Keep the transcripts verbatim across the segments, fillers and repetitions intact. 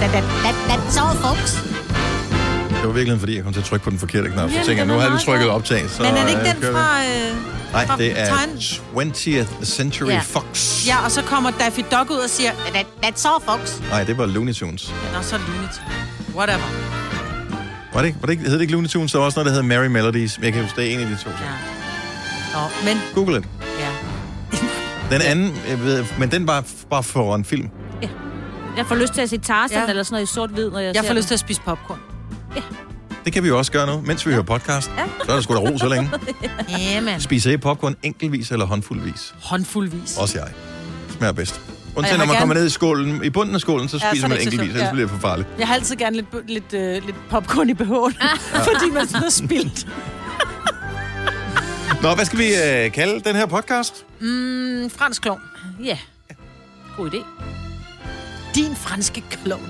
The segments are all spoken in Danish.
That's all, folks. Det var virkelig, fordi jeg kom til at trykke på den forkerte knap. Så Jamen, tænker jeg, den nu er har vi meget trykket god. optag. Så, Men er det ikke øh, den kører vi. fra... Øh, Nej, fra det er tegn- twentieth Century Ja. Fox. Ja, og så kommer Daffy Duck ud og siger, That, that's all, folks. Nej, det var Looney Tunes. ja, nå, så Looney Tunes. Whatever. Var det ikke? Var det ikke? Hed det ikke Looney Tunes? Der var også noget, der hed Merry Melodies. Jeg kan huske, det er en af de to. Ja. Nå, men... Google det. Ja. Den anden, jeg ved, men den var bare for en film. Ja. Jeg får lyst til at se Tarzan Ja. eller sådan noget i sort-hvid, når jeg, Jeg ser får lyst den. til at spise popcorn. Det kan vi jo også gøre nu, mens vi hører podcast. Ja. Så er der sgu da ro så længe. Ja, man. Spiser I popcorn enkeltvis eller håndfuldvis? Håndfuldvis. Også jeg. Smager bedst. Og Undtagen jeg når har man kommer gerne- ned i skålen, i bunden af skålen, så Ja, spiser så er man det ikke så enkeltvis, sjovt. ellers Ja. bliver det for farligt. Jeg har altid gerne lidt, lidt, øh, lidt popcorn i B H'en, fordi man sådan har spildt. Nå, hvad skal vi øh, kalde den her podcast? Mm, fransk klovn. Ja. God idé. Din franske klovn.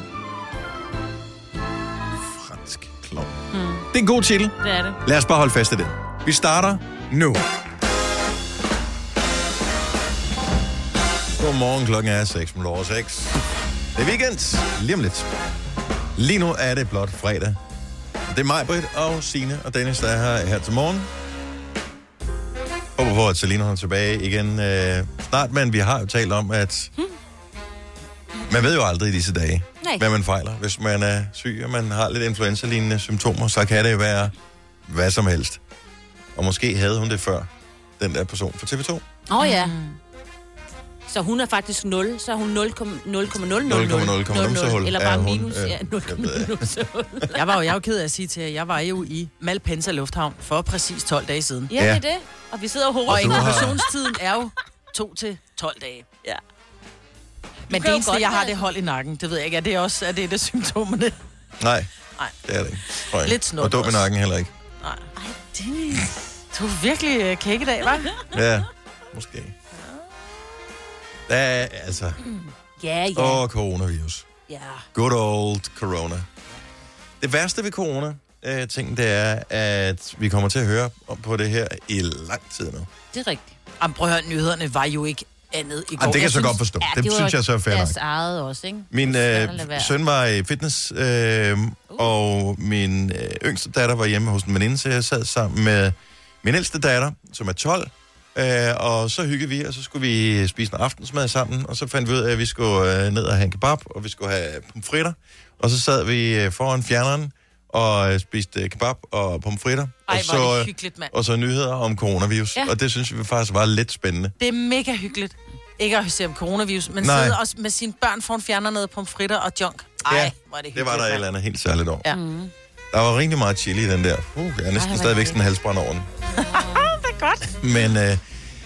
Fransk klovn. Mm. Det er en god titel. Det er det. Lad os bare holde fast i det. Vi starter nu. Godmorgen, klokken er seks minutter over seks. Det er weekend. Lige om lidt. Lige nu er det blot fredag. Det er mig, Britt og Signe og Dennis, der er her, her til morgen. Håber på, at Selina er tilbage igen øh, snart, men vi har jo talt om, at man ved jo aldrig i disse dage, Nej. hvad man fejler. Hvis man er syg, og man har lidt influenza-lignende symptomer, så kan det jo være hvad som helst. Og måske havde hun det før, den der person fra T V to. Åh oh, ja. Så hun er faktisk nul, så er hun nul komma nul nul nul nul komma nul komma nul hul eller er bare hun, minus. øh, Ja, nul komma nul hul. Jeg var jo, jeg var ked af at sige til jer, jeg var jo i Malpensa Lufthavn for præcis tolv dage siden. Ja, det er det. Og vi sidder og Og håber. du har- inkubationstiden er jo to til tolv dage. Ja. Men kan det jo eneste, godt jeg har, være- det er hold i nakken. Det ved jeg ikke. Er det også er det, det symptomerne? Nej, Nej. det er det ikke. Tror jeg. Lidt snot Og dum i også. nakken heller ikke. Nej. Ej, Dennis. Du er virkelig øh, kæk i dag, hva'? Ja, måske. Der er altså... Ja, ja. Åh, coronavirus. Ja. Good old corona. Det værste ved corona, øh, ting, det er, at vi kommer til at høre om på det her i lang tid nu. Det er rigtigt. Jamen, prøv at høre, nyhederne var jo ikke andet i går. Jamen, det kan jeg så synes- godt forstå. Ja, det var synes jeg så er fair nok. deres eget også, ikke? Min Det er svært at øh, lade være. søn var i fitness, øh, uh. og min øh, yngste datter var hjemme hos en veninde, så jeg sad sammen med min ældste datter, som er tolv, øh, og så hyggede vi, og så skulle vi spise en aftensmad sammen, og så fandt vi ud af, at vi skulle øh, ned og have en kebab, og vi skulle have pomfritter, og så sad vi øh, foran fjerneren og øh, spiste øh, kebab og pomfritter, Ej, og, hvor er så, det øh, hyggeligt, mand. og så nyheder om coronavirus, Ja. og det synes vi faktisk var lidt spændende. Det er mega hyggeligt. Ikke at se om coronavirus, men Nej. sidde også med sine børn foran fjerner noget pomfritter og junk. Ej, Ja, hvor er det hyggeligt. det var der et mand. eller andet helt særligt over. Ja. Mm. Der var rigtig meget chili i den der. Uh, jeg er næsten Ej, hvor stadigvæk dejligt. sådan en halsbrand over den. Det er godt. Men øh,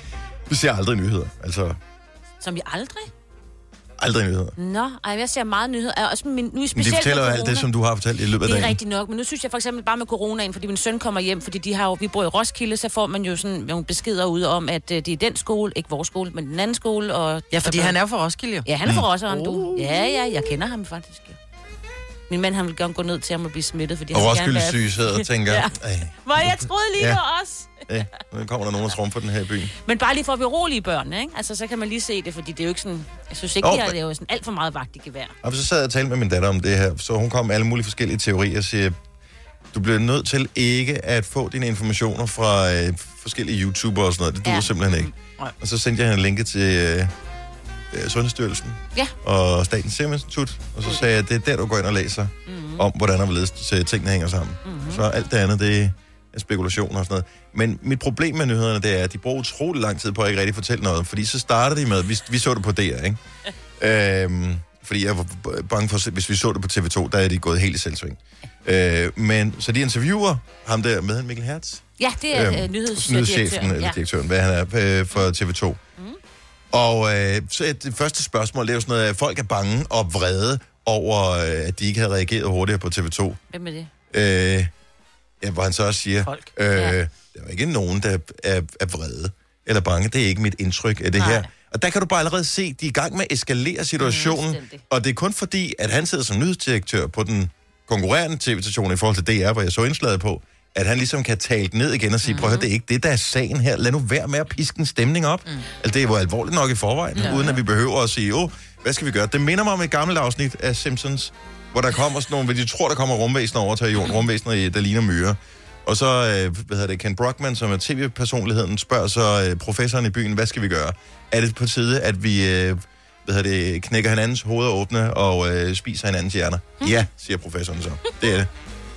vi ser aldrig nyheder. Altså, Som vi aldrig? aldrig nyheder. Nå, ej, jeg ser meget nyheder. Også min, nu er Men de specielt fortæller jo med alt det, corona. som du har fortalt i løbet af Det er dagen. rigtigt nok, men nu synes jeg for eksempel bare med coronaen, fordi min søn kommer hjem, fordi de har jo, vi bor i Roskilde, så får man jo sådan nogle beskeder ud om, at øh, det er den skole, ikke vores skole, men den anden skole. Og Ja, fordi han er jo fra Roskilde jo. Ja, han er fra Roskilde, Mm. du. Ja, ja, jeg kender ham faktisk. Ja. Min mand, han vil gerne gå ned til ham og blive smittet, fordi Og han vil gerne Roskilde være... syge sidder og tænker, Ja. ja. Hvor jeg troede lige Ja. ja. var os. Ja, nu kommer der nogen og trumfer den her i byen. Men bare lige for at berolige børnene, ikke? Altså, så kan man lige se det, fordi det er jo ikke sådan... Jeg synes ikke, Åh, oh, de har men- det er jo sådan alt for meget vagt i gevær. Og så sad jeg og talte med min datter om det her, så hun kom med alle mulige forskellige teorier og siger, du bliver nødt til ikke at få dine informationer fra øh, forskellige YouTubere og sådan noget. Det duer Ja. simpelthen ikke. Nej. Og så sendte jeg hende en linke til øh, øh, Sundhedsstyrelsen Ja. og Statens Serum Institut, og så sagde jeg, at det er der, du går ind og læser mm-hmm. om, hvordan og hvorledes tingene hænger sammen. Mm-hmm. Så alt det andet, det er spekulationer og sådan noget. Men mit problem med nyhederne, det er, at de bruger utrolig lang tid på at ikke rigtig fortælle noget, fordi så starter de med, vi, vi så det på D R, ikke? øhm, fordi jeg var bange for, hvis vi så det på T V to, der er de gået helt i selvsving. Øh, men så de interviewer ham der med, Mikkel Hertz. Ja, det er Øhm, øh, nyhedschefen. nyhedschefen, eller Ja. direktøren, hvad han er øh, for T V to. Mm. Og øh, så er det første spørgsmål, det er jo sådan noget, at folk er bange og vrede over, øh, at de ikke havde reageret hurtigere på T V to. Hvem er det? Øh, ja, hvor han så også siger, Folk. øh, Ja. der er ikke nogen, der er, er vrede eller bange. Det er ikke mit indtryk af det Nej. her. Og der kan du bare allerede se, at de er i gang med at eskalere situationen. Fuldstændig. Og det er kun fordi, at han sidder som nyhedsdirektør på den konkurrerende tv-station i forhold til D R, hvor jeg så indslaget på, at han ligesom kan tale det ned igen og sige, mm. prøv at høre, det er ikke det, der er sagen her. Lad nu være med at piske en stemning op. Mm. Altså, det er jo alvorligt nok i forvejen, ja. uden at vi behøver at sige, åh, hvad skal vi gøre? Det minder mig om et gammelt afsnit af Simpsons, hvor der kommer sådan nogle, hvor de tror, der kommer rumvæsener over til jorden, rumvæsener, der ligner myrer. Og så, øh, hvad hedder det, Ken Brockman, som er tv-personligheden, spørger så øh, professoren i byen, hvad skal vi gøre? Er det på tide, at vi øh, hvad hedder det, knækker hinandens hoveder åbne og øh, spiser hinandens hjerner? Mm. Ja, siger professoren så. Det er det.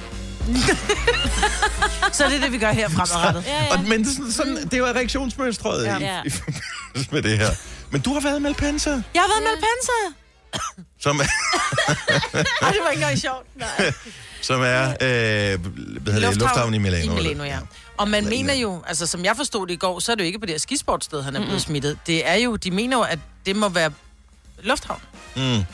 Så det er det, vi gør her fremadrettet. Ja, ja. Og, men det, sådan, sådan, det var reaktionsmønstret ja. i, i forbindelse med det her. Men du har været i Malpensa. Jeg har været i Malpensa. Som er, Ej, det var ikke engang sjovt. Nej. som er øh, hvad hedder det, lufthavnen i Milano. I Milano, ja. Og man mener jo, altså som jeg forstod det i går, så er det jo ikke på det her skisportsted, han er blevet mm-hmm. smittet. Det er jo, de mener jo, at det må være lufthavn. Mm.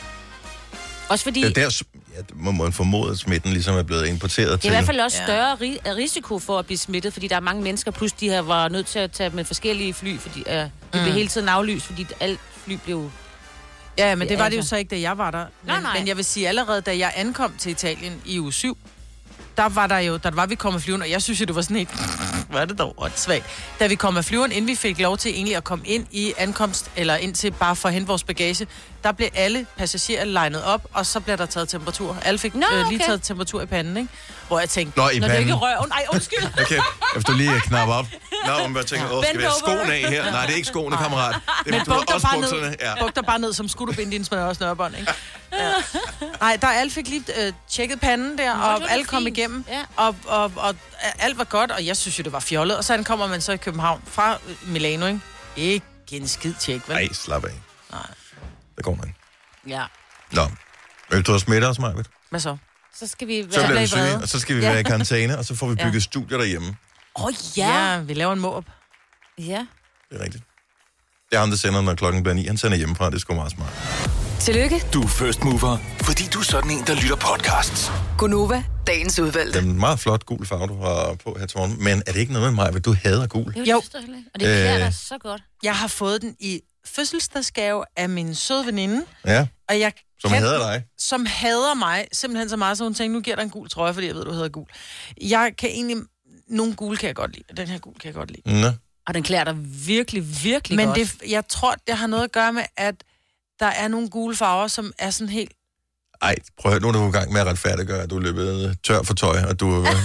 Også fordi... Det er der, ja, må man formode, at smitten ligesom er blevet importeret til. Det er i hvert fald også større ri- risiko for at blive smittet, fordi der er mange mennesker, plus de her var nødt til at tage med forskellige fly, fordi øh, de mm. blev hele tiden aflyst, fordi alt fly blev... Ja, men det var det jo så ikke, da jeg var der. Nej, men, nej. men jeg vil sige, allerede da jeg ankom til Italien i uge syv, der var der jo, der var vi kommet flyveren, og jeg synes jo, det var sådan helt, hvad er det dog, svagt. Da vi kom af flyveren, inden vi fik lov til egentlig at komme ind i ankomst, eller ind til bare for at hente vores bagage, der blev alle passagerer legnet op, og så blev der taget temperatur. Alle fik Nå, øh, lige okay. taget temperatur i panden, ikke? Hvor jeg tænkte, Nå, i når det panden. ikke rør, nej, undskyld. Okay, efter lige at knappe op. Nå, man bare tænker, åh, skal vi have skoene af her? Nej, det er ikke skoene, kammerat. Det er Men buk dig bare bukserne. ned, Ja. buk dig bare ned, som skulle du binde dine smør og snørbånd, ikke? Ja. Nej, der alle fik lige øh, tjekket panden der, Nå, og det var alle da kom fint. igennem, Ja. og, og, og alt var godt, og jeg synes jo, det var fjollet. Og så kommer man så i København fra Milano, ikke? Ikke en skid tjek, vel? Nej, slap af. Nej. Der går man. Ja. Nå, vil du have smittet os, Majbet? Hvad så? Så skal vi Så være... bliver vi i syge, vrede. og så skal vi Ja. være i karantæne, og så får vi bygget Ja. studier derhjemme. Åh, oh, Ja, ja. vi laver en måb. Ja. Det er rigtigt. Det er ham, der sender, når klokken bliver ni. Han sender hjemmefra, det er sgu meget smart. Tillykke, Du er first mover, fordi du er sådan en, der lytter podcasts. Gunova, dagens udvalgte. Det er en meget flot gul farve, du har på her til morgen. Men er det ikke noget med mig, at du hader gul? Jo, Jo. det synes jeg heller ikke. Og det klæder Øh. dig så godt. Jeg har fået den i fødselsdagsgave af min søde veninde, Ja, og jeg som kan- hader dig. som hader mig, simpelthen så meget, så hun tænkte, nu giver dig en gul trøje, fordi jeg ved, du hedder gul. Jeg kan egentlig... Nogle gule kan jeg godt lide, og den her gul kan jeg godt lide. Nå. Og den klæder dig virkelig, virkelig Men godt. det, jeg tror, det har noget at gøre med, at der er nogle gule farver, som er sådan helt... Ej, prøv at høre, nu er du i gang med at retfærdiggøre, at du er løbet tør for tøj, og du... Ej,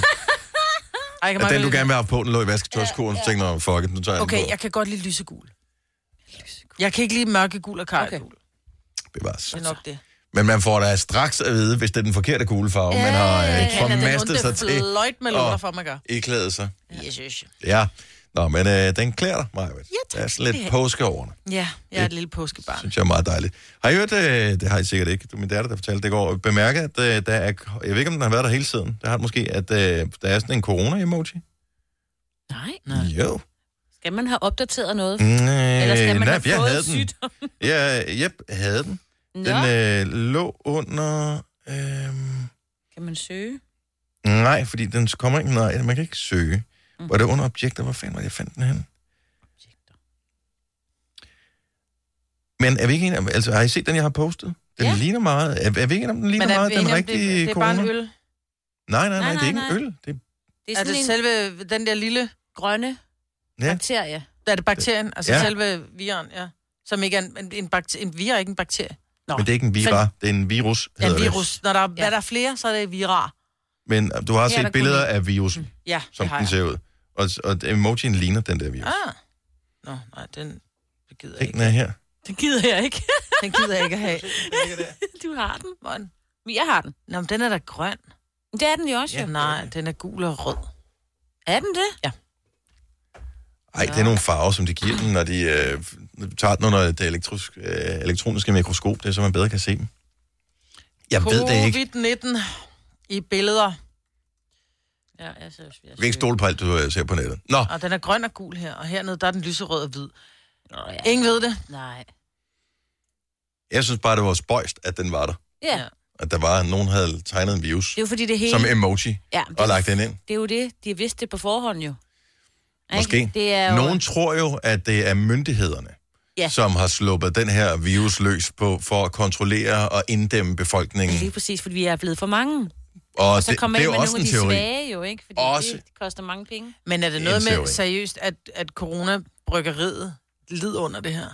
jeg kan at den, du godt gerne vil have på, den lå i vasketøjskurven, så tænkte jeg, fuck it, nu tager jeg Okay, den på. jeg kan godt lide lysegul. Jeg kan ikke lide mørkegul og karregul. Okay. Bevares. Det er nok det. Men man får da straks at vide, hvis det er den forkerte gule farve, man har øh, Det kan den formastet sig onde til fløjtmeloner at for, man gør. iklæde sig. Yes, yes. Ja, nå, men øh, den klæder dig, Maja. tak Der er sådan skal lidt det have. påske over den. Ja, jeg er et lille påskebarn. Synes jeg er meget dejligt. Har I hørt, øh, det har I sikkert ikke, du min datter, der fortalte det i går, bemærket, at øh, der er, jeg ved ikke, om den har været der hele tiden, der har den måske, at øh, der er sådan en corona-emoji. Nej. Nej. Jo. Skal man have opdateret noget? Øh, Eller skal man nej, have jeg fået havde den. sygdom? Ja, yep, jeg havde den. Nå, Den øh, lå under... Øh, kan man søge? nej, fordi den kommer ikke... Nej, man kan ikke søge. Mm. Var det under objekter? Hvor fanden var det, jeg fandt den hen? Men er vi ikke enige om... Altså, har I set den, jeg har postet? Den Ja. ligner meget... Er, er vi ikke enige om, den ligner Men er meget vi den enige om, rigtige det, det er corona? bare en øl. Nej, nej, nej, Nej, det er ikke nej, en nej. øl. Det, Det er Er sådan det en selve den der lille... grønne ja. bakterie. Er det bakterien? Altså Ja. ja. selve viren, ja. Som ikke er en, en, en, bakter, en vir er ikke en bakterie. Nå. Men det er ikke en vira, det er en virus, Ja, hedder en det. virus. Når der, ja. er der er flere, så er det virar. Men du har Ja, set der billeder kunne- af virusen, Ja, som det har den jeg. ser ud. Og, og emojien ligner den der virus. Ah. Nå, nej, den det gider jeg Den ikke. er her. Den gider jeg ikke. Den gider jeg ikke at have. Du har den. Hvor er den? Jeg har den. Nå, men den er da grøn. Det er den jo også. Ja, Jo. nej, den er gul og rød. Er den det? Ja. Ej, det er nogle farver, som de giver den, når de øh, tager den under det elektrisk, øh, elektroniske mikroskop, det er så man bedre kan se dem. Jeg ved det ikke. covid nitten i billeder. Ja, jeg synes, vi Du kan ikke stole på alt, du øh, ser på nettet. Nå, Og den er grøn og gul her, og hernede, der er den lyserød og hvid. Nå, ja. Ingen ved det. Nej. jeg synes bare, det var spøjst, at den var der. Ja. At der var, nogen havde tegnet en virus Det er jo fordi det hele... som emoji Ja, det, og lagt den ind. det er jo det. De har vidst det på forhånd jo. Måske. Ikke? Det er jo... Nogen tror jo, at det er myndighederne, Ja. som har sluppet den her virus løs på for at kontrollere og inddæmme befolkningen. Lige præcis, fordi vi er blevet for mange. Og Og så det, kommer det er ind jo med også nogle en af de teori. svage jo, ikke? Fordi Også. det, det koster mange penge. Men er det Det er noget en med teori. seriøst, at, at corona-bryggeriet lider under det her?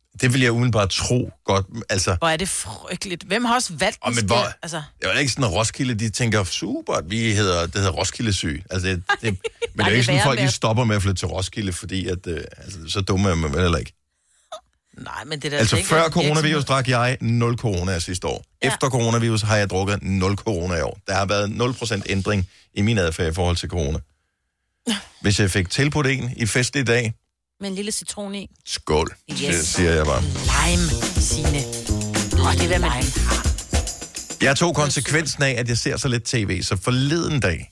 Det vil jeg umiddelbart tro godt. Altså, Hvor er det frygteligt. Hvem har også valgt og det? men hvor, Altså, det er ikke sådan, at Roskilde, de tænker, super, vi hedder, det hedder Roskilde syg. Altså, det, det, men det er jo ikke sådan, folk de stopper med at flytte til Roskilde, fordi at, øh, altså, så dumme er man vel heller ikke. nej, men det der... Altså, ikke før en coronavirus virksomhed. drak jeg nul corona sidste år. Ja. Efter coronavirus har jeg drukket nul corona i år. Der har været nul procent ændring i min adfærd i forhold til corona. Hvis jeg fik tilbudt en i festlig dag, Med en lille citron i. skål, Yes. det siger jeg bare. Lime, Signe. Åh, det er hvad man... Jeg tog konsekvensen af, at jeg ser så lidt tv, så forleden dag,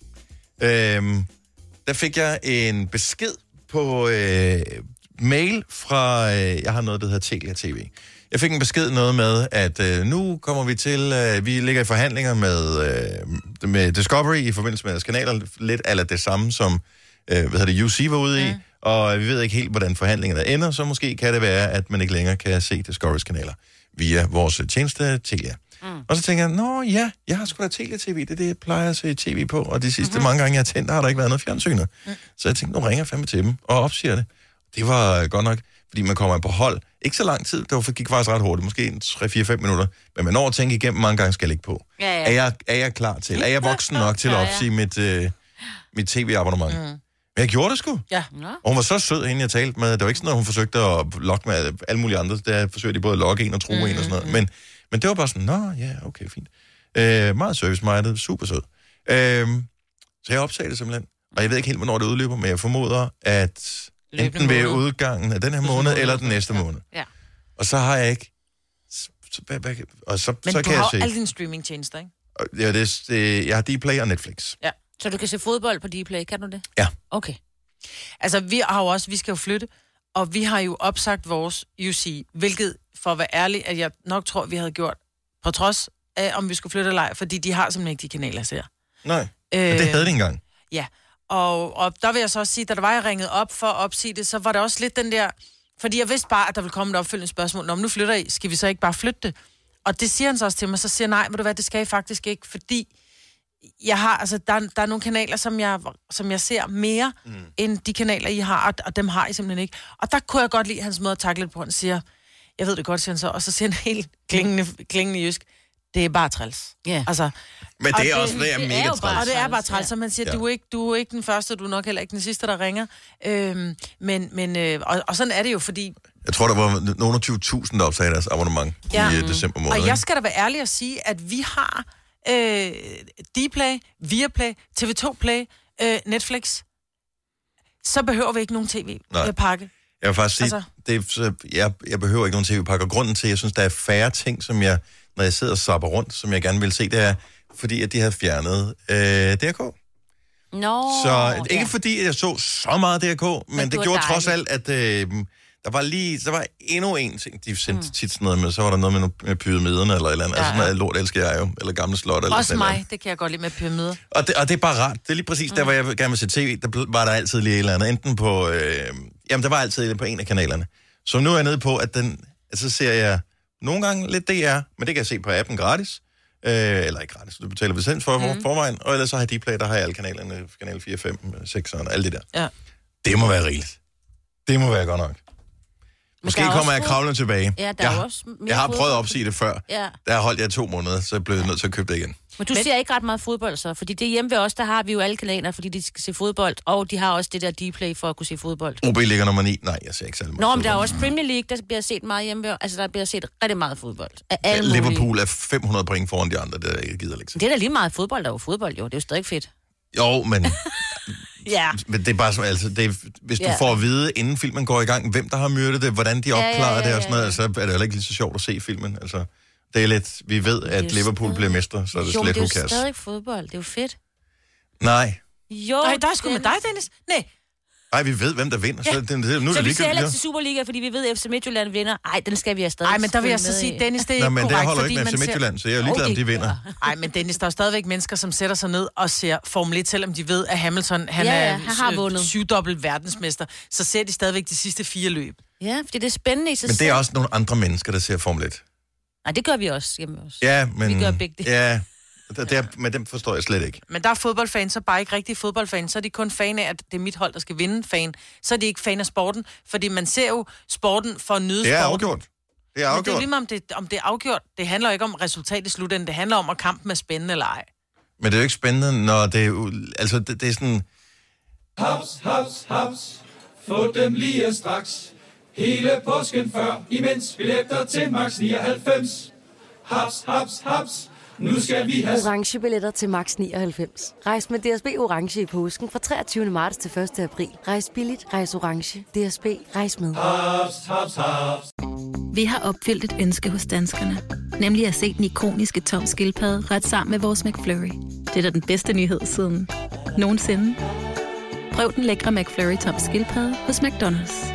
øhm, der fik jeg en besked på øh, mail fra, øh, jeg har noget, der hedder Telia T V. Jeg fik en besked noget med, at øh, nu kommer vi til, øh, vi ligger i forhandlinger med, øh, med Discovery i forbindelse med deres kanaler, lidt eller det samme som, øh, hvad hedder det, U C var ude i, mm. og vi ved ikke helt, hvordan forhandlingerne ender, så måske kan det være, at man ikke længere kan se Discoverys kanaler via vores tjeneste Telia. Mm. Og så tænker jeg, nå ja, jeg har sgu da Telia T V, det er det, jeg plejer at se tv på, og de sidste mm-hmm. mange gange, jeg har tændt, der har der ikke været noget fjernsyn. Mm. Så jeg tænkte, nu ringer jeg fandme til dem og opsiger det. Det var godt nok, fordi man kommer på hold. Ikke så lang tid, det gik faktisk ret hurtigt, måske en tre fire fem minutter, men man når at tænke igennem, mange gange skal jeg ligge på. Ja, ja. Er, jeg, er jeg klar til? Er jeg voksen nok til at opsige mit, øh, mit tv-abonnement? Mm. Men jeg gjorde det sgu. Ja. Og hun var så sød, hende jeg talte med. Det var ikke sådan, at hun forsøgte at lokke med alle mulige andre. Der forsøgte de både at lokke en og true mm, en og sådan noget. Men, men det var bare sådan, nå ja, okay, fint. Øh, meget service-minded, super sød. Øh, så jeg opsagde det simpelthen. Og jeg ved ikke helt, hvornår det udløber, men jeg formoder, at enten ved udgangen af den her måned, eller den næste måned. Ja. Og så har jeg ikke... Så, og så, Men så du kan har jeg jo se... alle dine streamingtjenester, ikke? Ja, det, det, jeg har Dplay og Netflix. Ja. Så du kan se fodbold på Dplay, kan du det? Ja. Okay. Altså, vi har jo også, vi skal jo flytte, og vi har jo opsagt vores U C, hvilket, for at være ærlig, at jeg nok tror, vi havde gjort, på trods af, om vi skulle flytte eller ej, fordi de har simpelthen ikke de kanaler, jeg ser. Nej, øh, men det havde de engang. Ja, og, og der vil jeg så også sige, da der var, jeg ringede op for at opsige det, så var der også lidt den der, fordi jeg vidste bare, at der ville komme et opfølgende spørgsmål, når nu flytter I, skal vi så ikke bare flytte det? Og det siger han så også til mig, så siger nej, ved du hvad, det skal I faktisk ikke, fordi jeg har, altså, der, der er nogle kanaler, som jeg, som jeg ser mere, mm. end de kanaler, I har, og, og dem har I simpelthen ikke. Og der kunne jeg godt lide hans måde at takle lidt på, han siger, jeg ved det godt, siger han så, og så siger han helt klingende, klingende jysk, det er bare træls. Yeah. Altså, Men det er og også det er det mega er jo træls. bare- og det er bare træls, træls, så man siger, Ja. du, er ikke, du er ikke den første, du er nok heller ikke den sidste, der ringer. Øhm, men, men, øh, og, og sådan er det jo, fordi... Jeg tror, der var nogle af tyve tusind, der opsagde deres abonnement Ja. i uh, december måned. Og ikke? jeg skal da være ærlig at sige, at vi har øh, Dplay, Viaplay, T V to Play, øh, Netflix. Så behøver vi ikke nogen Nej. tv-pakke. Jeg vil faktisk sige, Altså- det er, så jeg, jeg behøver ikke nogen tv-pakke. Og grunden til, at jeg synes, der er færre ting, som jeg, når jeg sidder og zapper rundt, som jeg gerne vil se, det er, fordi at de har fjernet øh, D R K. Nå, Så ikke ja. fordi, at jeg så så meget D R K, men, men det det var gjorde trods dejligt. alt, at øh, der var lige, der var endnu en ting, de sendte mm. tit sådan noget med, så var der noget med, nogle, med pyramiderne eller et eller andet. Ja, ja. Altså sådan noget lort elsker jeg jo, eller gamle slot eller Også sådan noget. mig, det kan jeg godt lide med pyramider. Og det, og det er bare rart. Det er lige præcis mm. der, hvor jeg gerne vil se tv. Der var der altid lige et eller andet. Enten på... Øh, jamen, der var altid på en af kanalerne. Så nu er jeg nede på, at den... at så ser jeg nogle gange lidt D R, men det kan jeg se på appen gratis. Øh, eller ikke gratis, du betaler licens for mm. forvejen. Og ellers så har jeg Dplay, der har jeg alle kanalerne. Kanal fire, fem, seks og alt det der. Ja. Det må være rigeligt. Det må være godt nok. Måske der er kommer også jeg fod- kravlende tilbage. Ja, der er jeg, jo også mere jeg har prøvet at fodbold. opsige det før. Ja. Der holdt jeg to måneder, så blev jeg nødt til at købe det igen. Men du Men... ser ikke ret meget fodbold så, fordi det hjemme ved os, der har vi jo alle kanaler, fordi de skal se fodbold, og de har også det der Dplay for at kunne se fodbold. O B ligger nummer ni. Nej, jeg ser ikke særlig meget Nå, men der er fodbold. også Premier League, der bliver set meget hjemme ved, altså der bliver set rigtig meget fodbold. Af alle mulige. Liverpool er fem hundrede point foran de andre, der jeg gider ikke se. Det er da lige meget fodbold, der er jo fodbold, jo. Det er jo stadig fedt. Jo, men, Ja. men det er bare sådan, altså, det er, hvis du Ja. får at vide, inden filmen går i gang, hvem der har myrdet det, hvordan de ja, opklarer ja, det og sådan noget, ja. så er det heller ikke lige så sjovt at se filmen. Altså, det er lidt, vi ved, er at jo Liverpool stadig- bliver mestre, så er det Jo, men slet det er jo hukas. stadig fodbold. Det er jo fedt. Nej. Jo, Nej, der er sgu med dig, Dennis. Nej, Nej, vi ved, hvem der vinder, så det, det, nu er så det vi ser ligegyldigt. heller Ja. ikke til Superliga, fordi vi ved, at F C Midtjylland vinder. Ej, den skal vi have stadig. Ej, men der vil jeg så følge sige, med i. Dennis, det er Nå, ikke men det korrekt, holder fordi ikke med man F C ser... Midtjylland, så jeg er jo ligeglad, om de vinder. Ej, men Dennis, der er stadigvæk mennesker, som sætter sig ned og ser Formel et, selvom de ved, at Hamilton han Ja, ja, er han har øh, vundet. syvdobbelt verdensmester. Så ser de stadigvæk de sidste fire løb. Ja, fordi det er spændende i sig Men det selv. er også nogle andre mennesker, der ser Formel et. Nej, det gør vi også hjemme også. Ja, men... Vi gør begge dele. Ja, Det, det er, men dem forstår jeg slet ikke. Men der er fodboldfans, så bare ikke rigtig fodboldfans. Så er de kun fan af, at det er mit hold, der skal vinde fan. Så er de ikke fan af sporten. Fordi man ser jo sporten for at nyde Det er sporten. afgjort. Det er Men afgjort. det er lige meget, om det, om det er afgjort. Det handler jo ikke om resultat i slutenden. Det handler om, at kampen er spændende eller ej. Men det er jo ikke spændende, når det er... u- Altså, det, det er sådan... Haps, haps, haps. Få dem lige straks. Hele påsken før, imens billetter til max nioghalvfems. Haps, haps, haps. Nu skal vi have... Orange billetter til max nioghalvfems. Rejs med D S B Orange i påsken fra treogtyvende marts til første april. Rejs billigt, rejs orange. D S B, rejs med. Haps, haps, haps. Vi har opfyldt et ønske hos danskerne. Nemlig at se den ikoniske Tom Skildpadde ret sammen med vores McFlurry. Det er da den bedste nyhed siden nogensinde. Prøv den lækre McFlurry Tom Skildpadde hos McDonald's.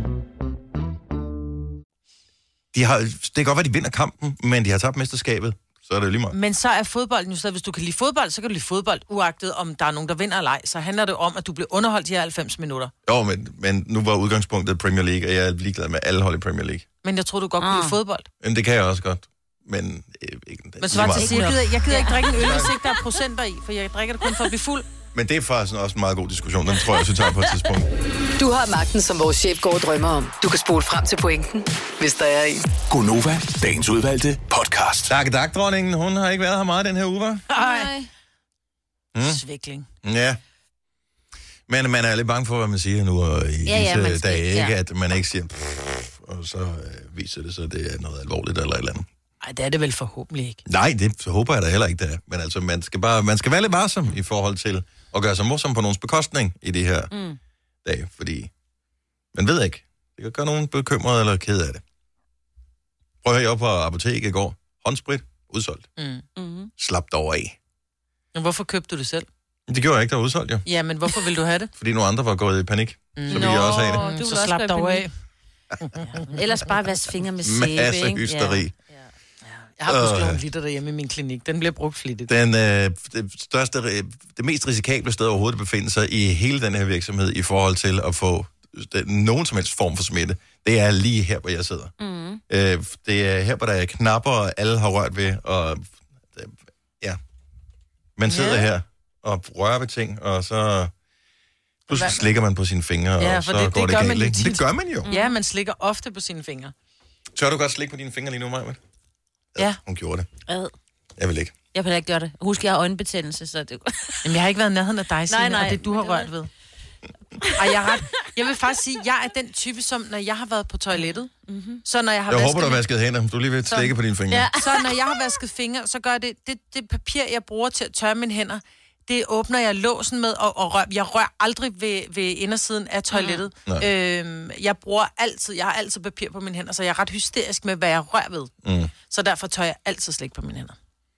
De har, det kan godt være, de vinder kampen, men de har tabt mesterskabet. Så er det jo lige meget. Men så er fodbolden jo stadig, hvis du kan lide fodbold, så kan du lide fodbold, uagtet om der er nogen, der vinder eller ej. Så handler det om, at du bliver underholdt de her halvfems minutter. Jo, men, men nu var udgangspunktet Premier League, og jeg er ligeglad med alle hold i Premier League. Men jeg tror du godt kunne lide fodbold. Men det kan jeg også godt. Men øh, ikke Men så var det til at sige, jeg gider, jeg gider ikke drikke en øl, hvis ikke der er procenter i, for jeg drikker det kun for at blive fuld. Men det er faktisk også en meget god diskussion. Den tror jeg, jeg tager på et tidspunkt. Du har magten, som vores chef går og drømmer om. Du kan spole frem til pointen, hvis der er en. Gonova, dagens udvalgte podcast. Tak, tak, dronningen. Hun har ikke været her meget den her uge, hva'? Nej. Mm. Svikling. Ja. Men man er lidt bange for, hvad man siger nu og i Ja, ja, disse man skal- dage, ikke? ja. At man ikke siger, pff, og så øh, viser det sig, at det er noget alvorligt eller et eller andet. Nej, det er det vel forhåbentlig ikke. Nej, det håber jeg da heller ikke, det er. Men altså, man skal, bare, man skal være lidt varsom i forhold til at gøre sig morsom på nogens bekostning i de her mm. dage, fordi man ved ikke. Det kan gøre nogen bekymret eller ked af det. Prøv at høre, jeg var på apoteket i går. Håndsprit, udsolgt. Mm. Mm-hmm. Slap dig over af. Men hvorfor købte du det selv? Det gjorde jeg ikke, der var udsolgt jo. Ja, men hvorfor vil du have det? Fordi nogle andre var gået i panik. Mm. Så ville jeg også have det. du vil så også slap gå i dig af. Ellers bare vask fingre med sæbe, Masse ikke? hysteri. Jeg har måske Øh. nogle liter derhjemme i min klinik. Den bliver brugt flittigt. Den, øh, det største, det mest risikable sted overhovedet at befinde sig i hele den her virksomhed i forhold til at få den, nogen som helst form for smitte, det er lige her, hvor jeg sidder. Mm. Øh, det er her, hvor der er knapper, og alle har rørt ved, og øh, ja, man sidder Ja. her og rører ved ting, og så pludselig Hvad- slikker man på sine fingre, Ja, og for så det- går det det, gør man galt. jo Ikke? tit. Det gør man jo. Ja, man slikker ofte på sine fingre. Tør du godt slikke på dine fingre lige nu, Maja? Ja. Hun gjorde det. Ad. Jeg vil ikke. Jeg kan ikke gøre det. Husk, jeg har øjenbetændelse, så det... Jamen, jeg har ikke været i nærheden af dig, Signe, Nej, nej. og det du har rørt ved. Og jeg, er ret, jeg vil faktisk sige, at jeg er den type, som når jeg har været på toilettet, mm-hmm. så når jeg har Jeg vasket... håber, du har vasket hænder. Du er lige ved at Så- slikke på dine fingre. Ja, så når jeg har vasket fingre, så gør det, det, det papir, jeg bruger til at tørre mine hænder, det åbner jeg låsen med, og, og rør, jeg rører aldrig ved, ved indersiden af toilettet. Mm. Øhm, jeg bruger altid, jeg har altid papir på mine hænder, så jeg er ret hysterisk med, hvad jeg rører ved. Mm. Så derfor tør jeg altid slik på mine hænder.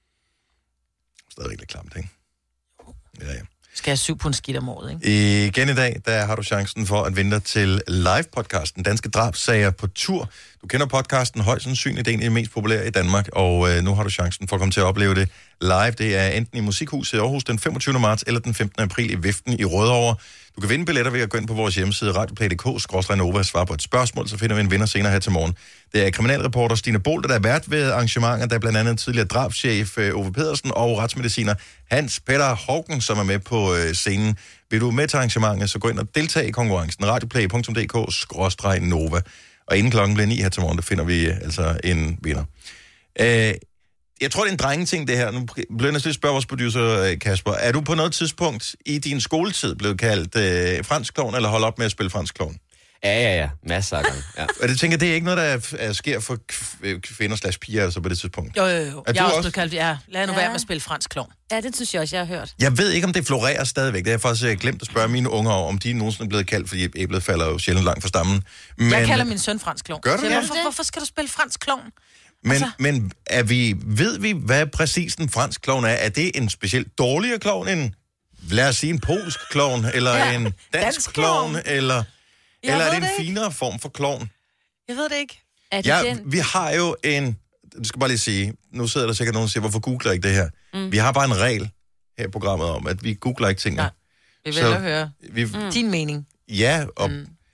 Stadig rigtig klamt, ikke? Ja, ja. Skal jeg syv på en skidt om året, ikke? Igen i dag, der har du chancen for at vinde dig til live-podcasten Danske Drabsager på tur. Du kender podcasten højst sandsynligt, det er en af de mest populære i Danmark, og øh, nu har du chancen for at komme til at opleve det live. Det er enten i Musikhuset i Aarhus den femogtyvende marts eller den femtende april i Viften i Rødovre. Du kan vinde billetter ved at gå ind på vores hjemmeside radioplay punktum d k skråstreg nova og svare på et spørgsmål, så finder vi en vinder senere her til morgen. Det er kriminalreporter Stine Bolt, der er vært ved arrangementet, der er blandt andet tidligere drabschef øh, Ove Pedersen og retsmediciner Hans Peter Haugen, som er med på øh, scenen. Vil du med til arrangementet, så gå ind og deltage i konkurrencen radioplay punktum d k skråstreg nova. Og inden klokken bliver ni her til morgen, der finder vi øh, altså en vinder. Øh, Jeg tror, det er en drengeting, det her. Nu bliver jeg nødt til at spørge vores producer, Kasper. Er du på noget tidspunkt i din skoletid blevet kaldt øh, fransk klovn, eller holdt op med at spille fransk klovn? Ja, ja, ja. Masser af gange. Ja. Og det tænker det er ikke noget, der er, sker for kv- kvinder slags piger altså på det tidspunkt? Jo, jo, jo. Er Jeg du er også også? blevet kaldt, ja, lad nu Ja. være med at spille fransk klovn. Ja, det synes jeg også, jeg har hørt. Jeg ved ikke, om det florerer stadigvæk. Det har jeg faktisk øh, glemt at spørge mine unger om, om de nogensinde er blevet kaldt, fordi æblet falder jo sjældent langt fra stammen. Men, Jeg kalder min søn fransk klovn. Gør du Så det? Hvorfor, hvorfor skal du spille fransk klovn? men, altså- men er vi, ved vi, hvad præcis en fransk klovn er? Er det en specielt dårligere klovn end, lad os sige, en polsk klovn, eller Ja, en dansk, dansk klovn, klovn. eller, Jeg eller er ved det en det ikke. finere form for klovn? Jeg ved det ikke. Er det Ja, den? vi har jo en... Du skal bare lige sige, nu sidder der sikkert nogen og siger, hvorfor googler jeg ikke det her? Mm. Vi har bare en regel her i programmet om, at vi googler ikke tingene. Nej. Vi vil Så høre vi, mm. din mening. Ja, og mm.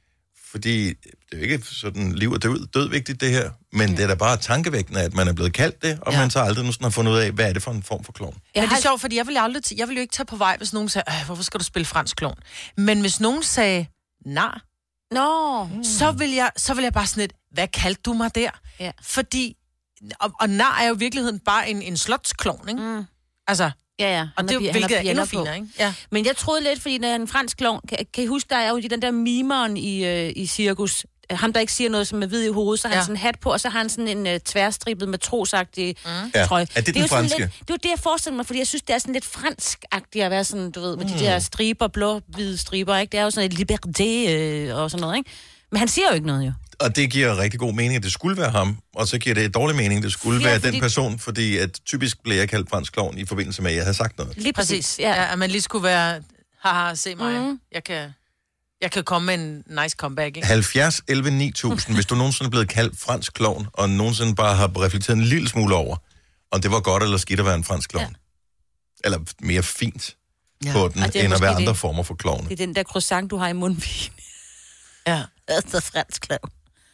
fordi det er jo ikke sådan liv og død, død vigtigt det her, men ja. det er da bare tankevækkende, at man er blevet kaldt det, og ja. man så aldrig nu sådan har fundet ud af, hvad er det for en form for klovn. Ja, det er sjovt, fordi jeg vil, aldrig t- jeg vil jo ikke tage på vej, hvis nogen sagde, hvorfor skal du spille fransk klovn? Men hvis nogen sagde, nar, Nå. Mm. så, vil jeg, så vil jeg bare sådan lidt, hvad kaldte du mig der? Ja. Fordi, og, og nar er jo i virkeligheden bare en, en slotsklovn, ikke? Mm. Altså, ja, ja. Og det er jo, hvilket er endnu finere, ikke? Ja. Men jeg troede lidt, fordi når en fransk klovn, kan, kan I huske, der er jo den der mimeren i, øh, i cirkus, ham der ikke siger noget, som er hvid i hovedet, så har ja. han sådan en hat på, og så har han sådan en øh, tværstribet matrosagtig mm. trøje. Ja. Er det, det den franske? Lidt, det var det, jeg forestillede mig, fordi jeg synes, det er sådan lidt fransk-agtigt at være sådan, du ved, med mm. de der striber, blå-hvide striber, ikke? Det er jo sådan et liberté øh, og sådan noget, ikke? Men han siger jo ikke noget, jo. Og det giver rigtig god mening, at det skulle være ham, og så giver det dårlig mening, at det skulle ja, være fordi... den person, fordi at typisk bliver jeg kaldt fransk klovn i forbindelse med, at jeg havde sagt noget. Lige præcis, ja. ja at man lige skulle være, haha, se mig, mm. jeg kan... Jeg kan komme med en nice comeback, ikke? halvfjerds elleve ni tusind, hvis du nogensinde er blevet kaldt fransk klovn, og nogensinde bare har reflekteret en lille smule over, om det var godt eller skidt at være en fransk klovn. Ja. Eller mere fint ja. på den, end at være andre det. former for klovne. Det er den der croissant, du har i mundvin. ja. Det er fransk klovn.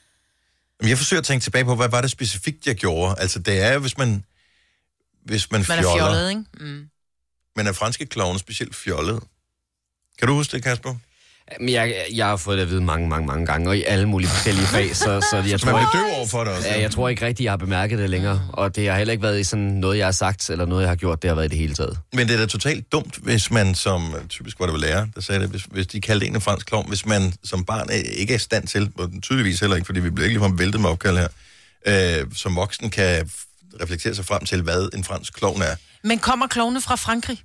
Jeg forsøger at tænke tilbage på, hvad var det specifikt, jeg gjorde? Altså, det er jo, hvis man hvis man, man fjoller. Man er fjollet, ikke? Mm. Men er franske klovne specielt fjollet? Kan du huske det, Kasper? Jeg, jeg har fået det at vide mange, mange, mange gange, og i alle mulige forskellige fag, så, så jeg tror man ikke... bliver døv over for det også. Ja, jeg tror ikke rigtig, jeg har bemærket det længere, og det har heller ikke været i sådan noget, jeg har sagt, eller noget, jeg har gjort, det har været i det hele taget. Men det er da totalt dumt, hvis man som, typisk var det vel lærer, der sagde det, hvis, hvis de kaldte en en fransk klovn, hvis man som barn ikke er i stand til, og tydeligvis heller ikke, fordi vi bliver ikke ligefrem væltet med opkald her, øh, som voksen kan reflektere sig frem til, hvad en fransk klovn er. Men kommer klovne fra Frankrig?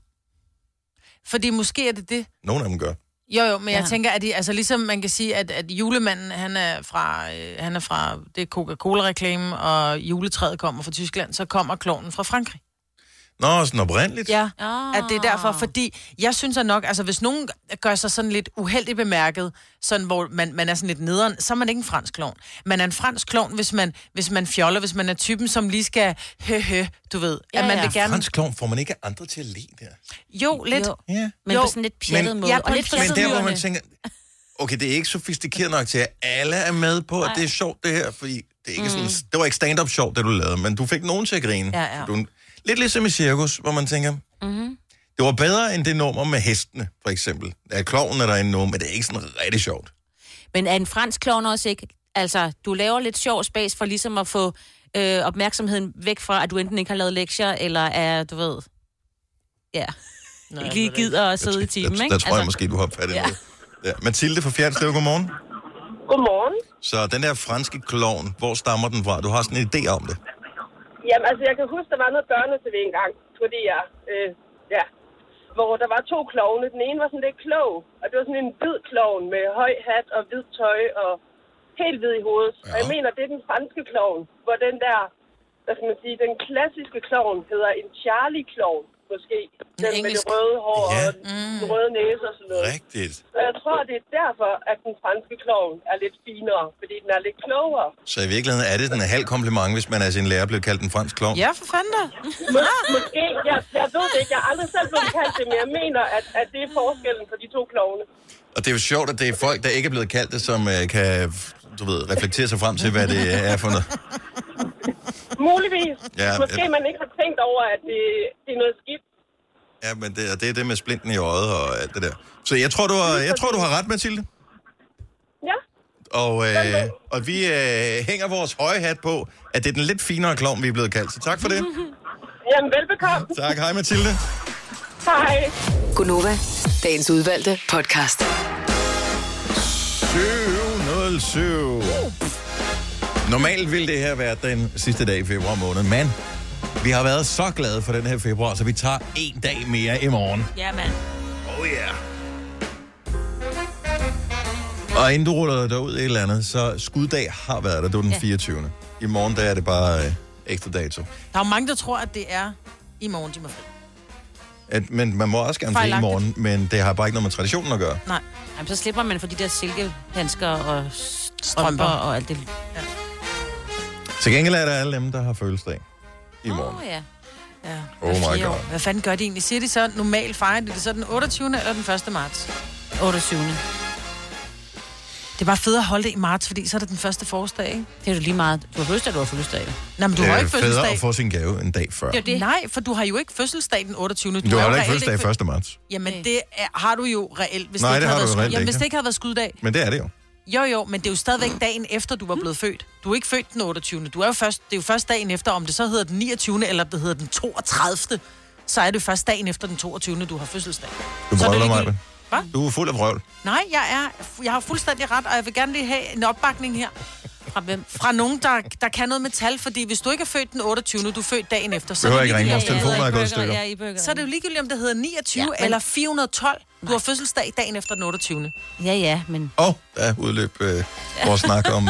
Fordi måske er det det. Nogle af dem gør. Jo, jo, men ja. jeg tænker, at de, altså ligesom man kan sige, at, at julemanden, han er fra, øh, han er fra det Coca-Cola-reklame, og juletræet kommer fra Tyskland, så kommer klovnen fra Frankrig. Nå, sådan oprindeligt. Ja, oh. at det er derfor, fordi jeg synes at nok, altså hvis nogen gør sig sådan lidt uheldigt bemærket, sådan hvor man, man er sådan lidt nederen, så er man ikke en fransk klovn. Man er en fransk klovn, hvis man, hvis man fjoller, hvis man er typen, som lige skal hø-hø, du ved. Ja, at man ja. vil gerne... Fransk klovn får man ikke andre til at le der. Jo, lidt. Jo. Ja. Men jo. på sådan lidt pjattet måde. Ja, og lidt men der, hvor man tænker, okay, det er ikke sofistikeret nok til, at alle er med på, at Nej. det er sjovt det her, fordi det, er ikke mm. sådan, det var ikke stand-up sjovt, det du lavede, men du fik nogen til at grine. Ja, ja. Du, lidt ligesom i cirkus, hvor man tænker, mm-hmm. det var bedre end det nummer med hestene, for eksempel. Der er klovnen, er der en nummer, men det er ikke sådan rigtig sjovt. Men er en fransk klovn også ikke? Altså, du laver lidt sjov spas for ligesom at få øh, opmærksomheden væk fra, at du enten ikke har lavet lektier, eller er, du ved, ja, Nej, ikke lige gider at sidde i timen, der, ikke? Der tror jeg altså, måske, du har opfattet ja. noget. Ja. Mathilde fra Fjernslev, godmorgen. Godmorgen. Så den der franske klovn, hvor stammer den fra? Du har sådan en idé om det. Jamen, altså, jeg kan huske, der var noget børne-T V engang, fordi jeg, øh, ja, hvor der var to klovne. Den ene var sådan lidt klog, og det var sådan en hvid klovn med høj hat og hvid tøj og helt hvid i hovedet. Ja. Og jeg mener, det er den franske klovn, hvor den der, hvad skal man sige, den klassiske klovn hedder en Charlie-klovn, måske. Den med det røde hår ja. og mm. den røde næse og sådan noget. Rigtigt. Og jeg tror, det er derfor, at den franske klovn er lidt finere, fordi den er lidt klogere. Så i virkeligheden er det den halv kompliment, hvis man af sin lærer blev kaldt en fransk klovn? Ja, for fanden da. Mås- måske, jeg, jeg ved det ikke. Jeg har aldrig selv blevet kaldt det, men jeg mener, at, at det er forskellen på de to klovne. Og det er jo sjovt, at det er folk, der ikke er blevet kaldt det, som uh, kan, du ved, reflektere sig frem til, hvad det er for noget. Muligvis. Ja, Måske ja. man ikke har tænkt over, at det, det er noget skidt. Ja, men det, det er det med splinten i øjet og alt det der. Så jeg tror, du har, jeg tror, du har ret, Mathilde. Ja. Og, øh, og vi øh, hænger vores høje hat på, at det er den lidt finere klovn, vi er blevet kaldt. Så tak for det. Jamen, velbekomme. Tak. Hej, Mathilde. Hej. Gunova, dagens udvalgte podcast. syv nul syv. Normalt ville det her være den sidste dag i februar måned, men vi har været så glade for den her februar, så vi tager en dag mere i morgen. Ja, mand. Oh yeah. Og inden du ruller dig ud et eller andet, så skuddag har været der, det var den fireogtyvende I morgen, der er det bare øh, ekstra dato. Der er jo mange, der tror, at det er i morgen, de må fri. At, men man må også gerne fri i morgen, men det har bare ikke noget med traditionen at gøre. Nej. Jamen, så slipper man for de der silkehandsker og strømper og alt det. Ja. Til gengæld er der alle dem, der har fødselsdag i morgen. Åh, oh, ja. Ja, oh my god. Hvad fanden gør de egentlig? Siger de så normalt fejrer de det så den otteogtyvende eller den første marts? otteogtyvende Det er bare fedt at holde det i marts, fordi så er det den første forårsdag, ikke? Det er jo lige meget. Du har fødselsdag, du har fødselsdag. Nej, men du har ikke fødselsdag. Det er federe at få sin gave en dag før. Det det. Nej, for du har jo ikke fødselsdag den otteogtyvende Du, du har jo ikke fødselsdag ikke første marts. Jamen, det er, har du jo reelt, hvis Nej, det ikke det havde har været du reelt Jamen, ikke. hvis det ikke havde været skuddag. Men det er det jo. Jo, jo, men det er jo stadigvæk dagen efter, du var blevet født. Du er ikke født den otteogtyvende Du er jo først, det er jo først dagen efter, om det så hedder den niogtyvende eller det hedder den toogtredivte Så er det først dagen efter den toogtyvende du har fødselsdag. Du brøller mig, Hvad? Du er fuld af vrøvl. Nej, jeg er, jeg har fuldstændig ret, og jeg vil gerne lige have en opbakning her. Fra hvem? Fra nogen, der, der kan noget med tal, fordi hvis du ikke er født den otteogtyvende du er født dagen efter, så er, det ikke ringe, vores ligegyldigt, telefoner er gået i stykker. ja, så er det jo ligegyldigt, om det hedder niogtyve ja, men... eller fire hundrede og tolv Du har fødselsdag dagen efter den otteogtyvende Ja, ja, men... Åh, oh, der er udløb øh, vores snak om...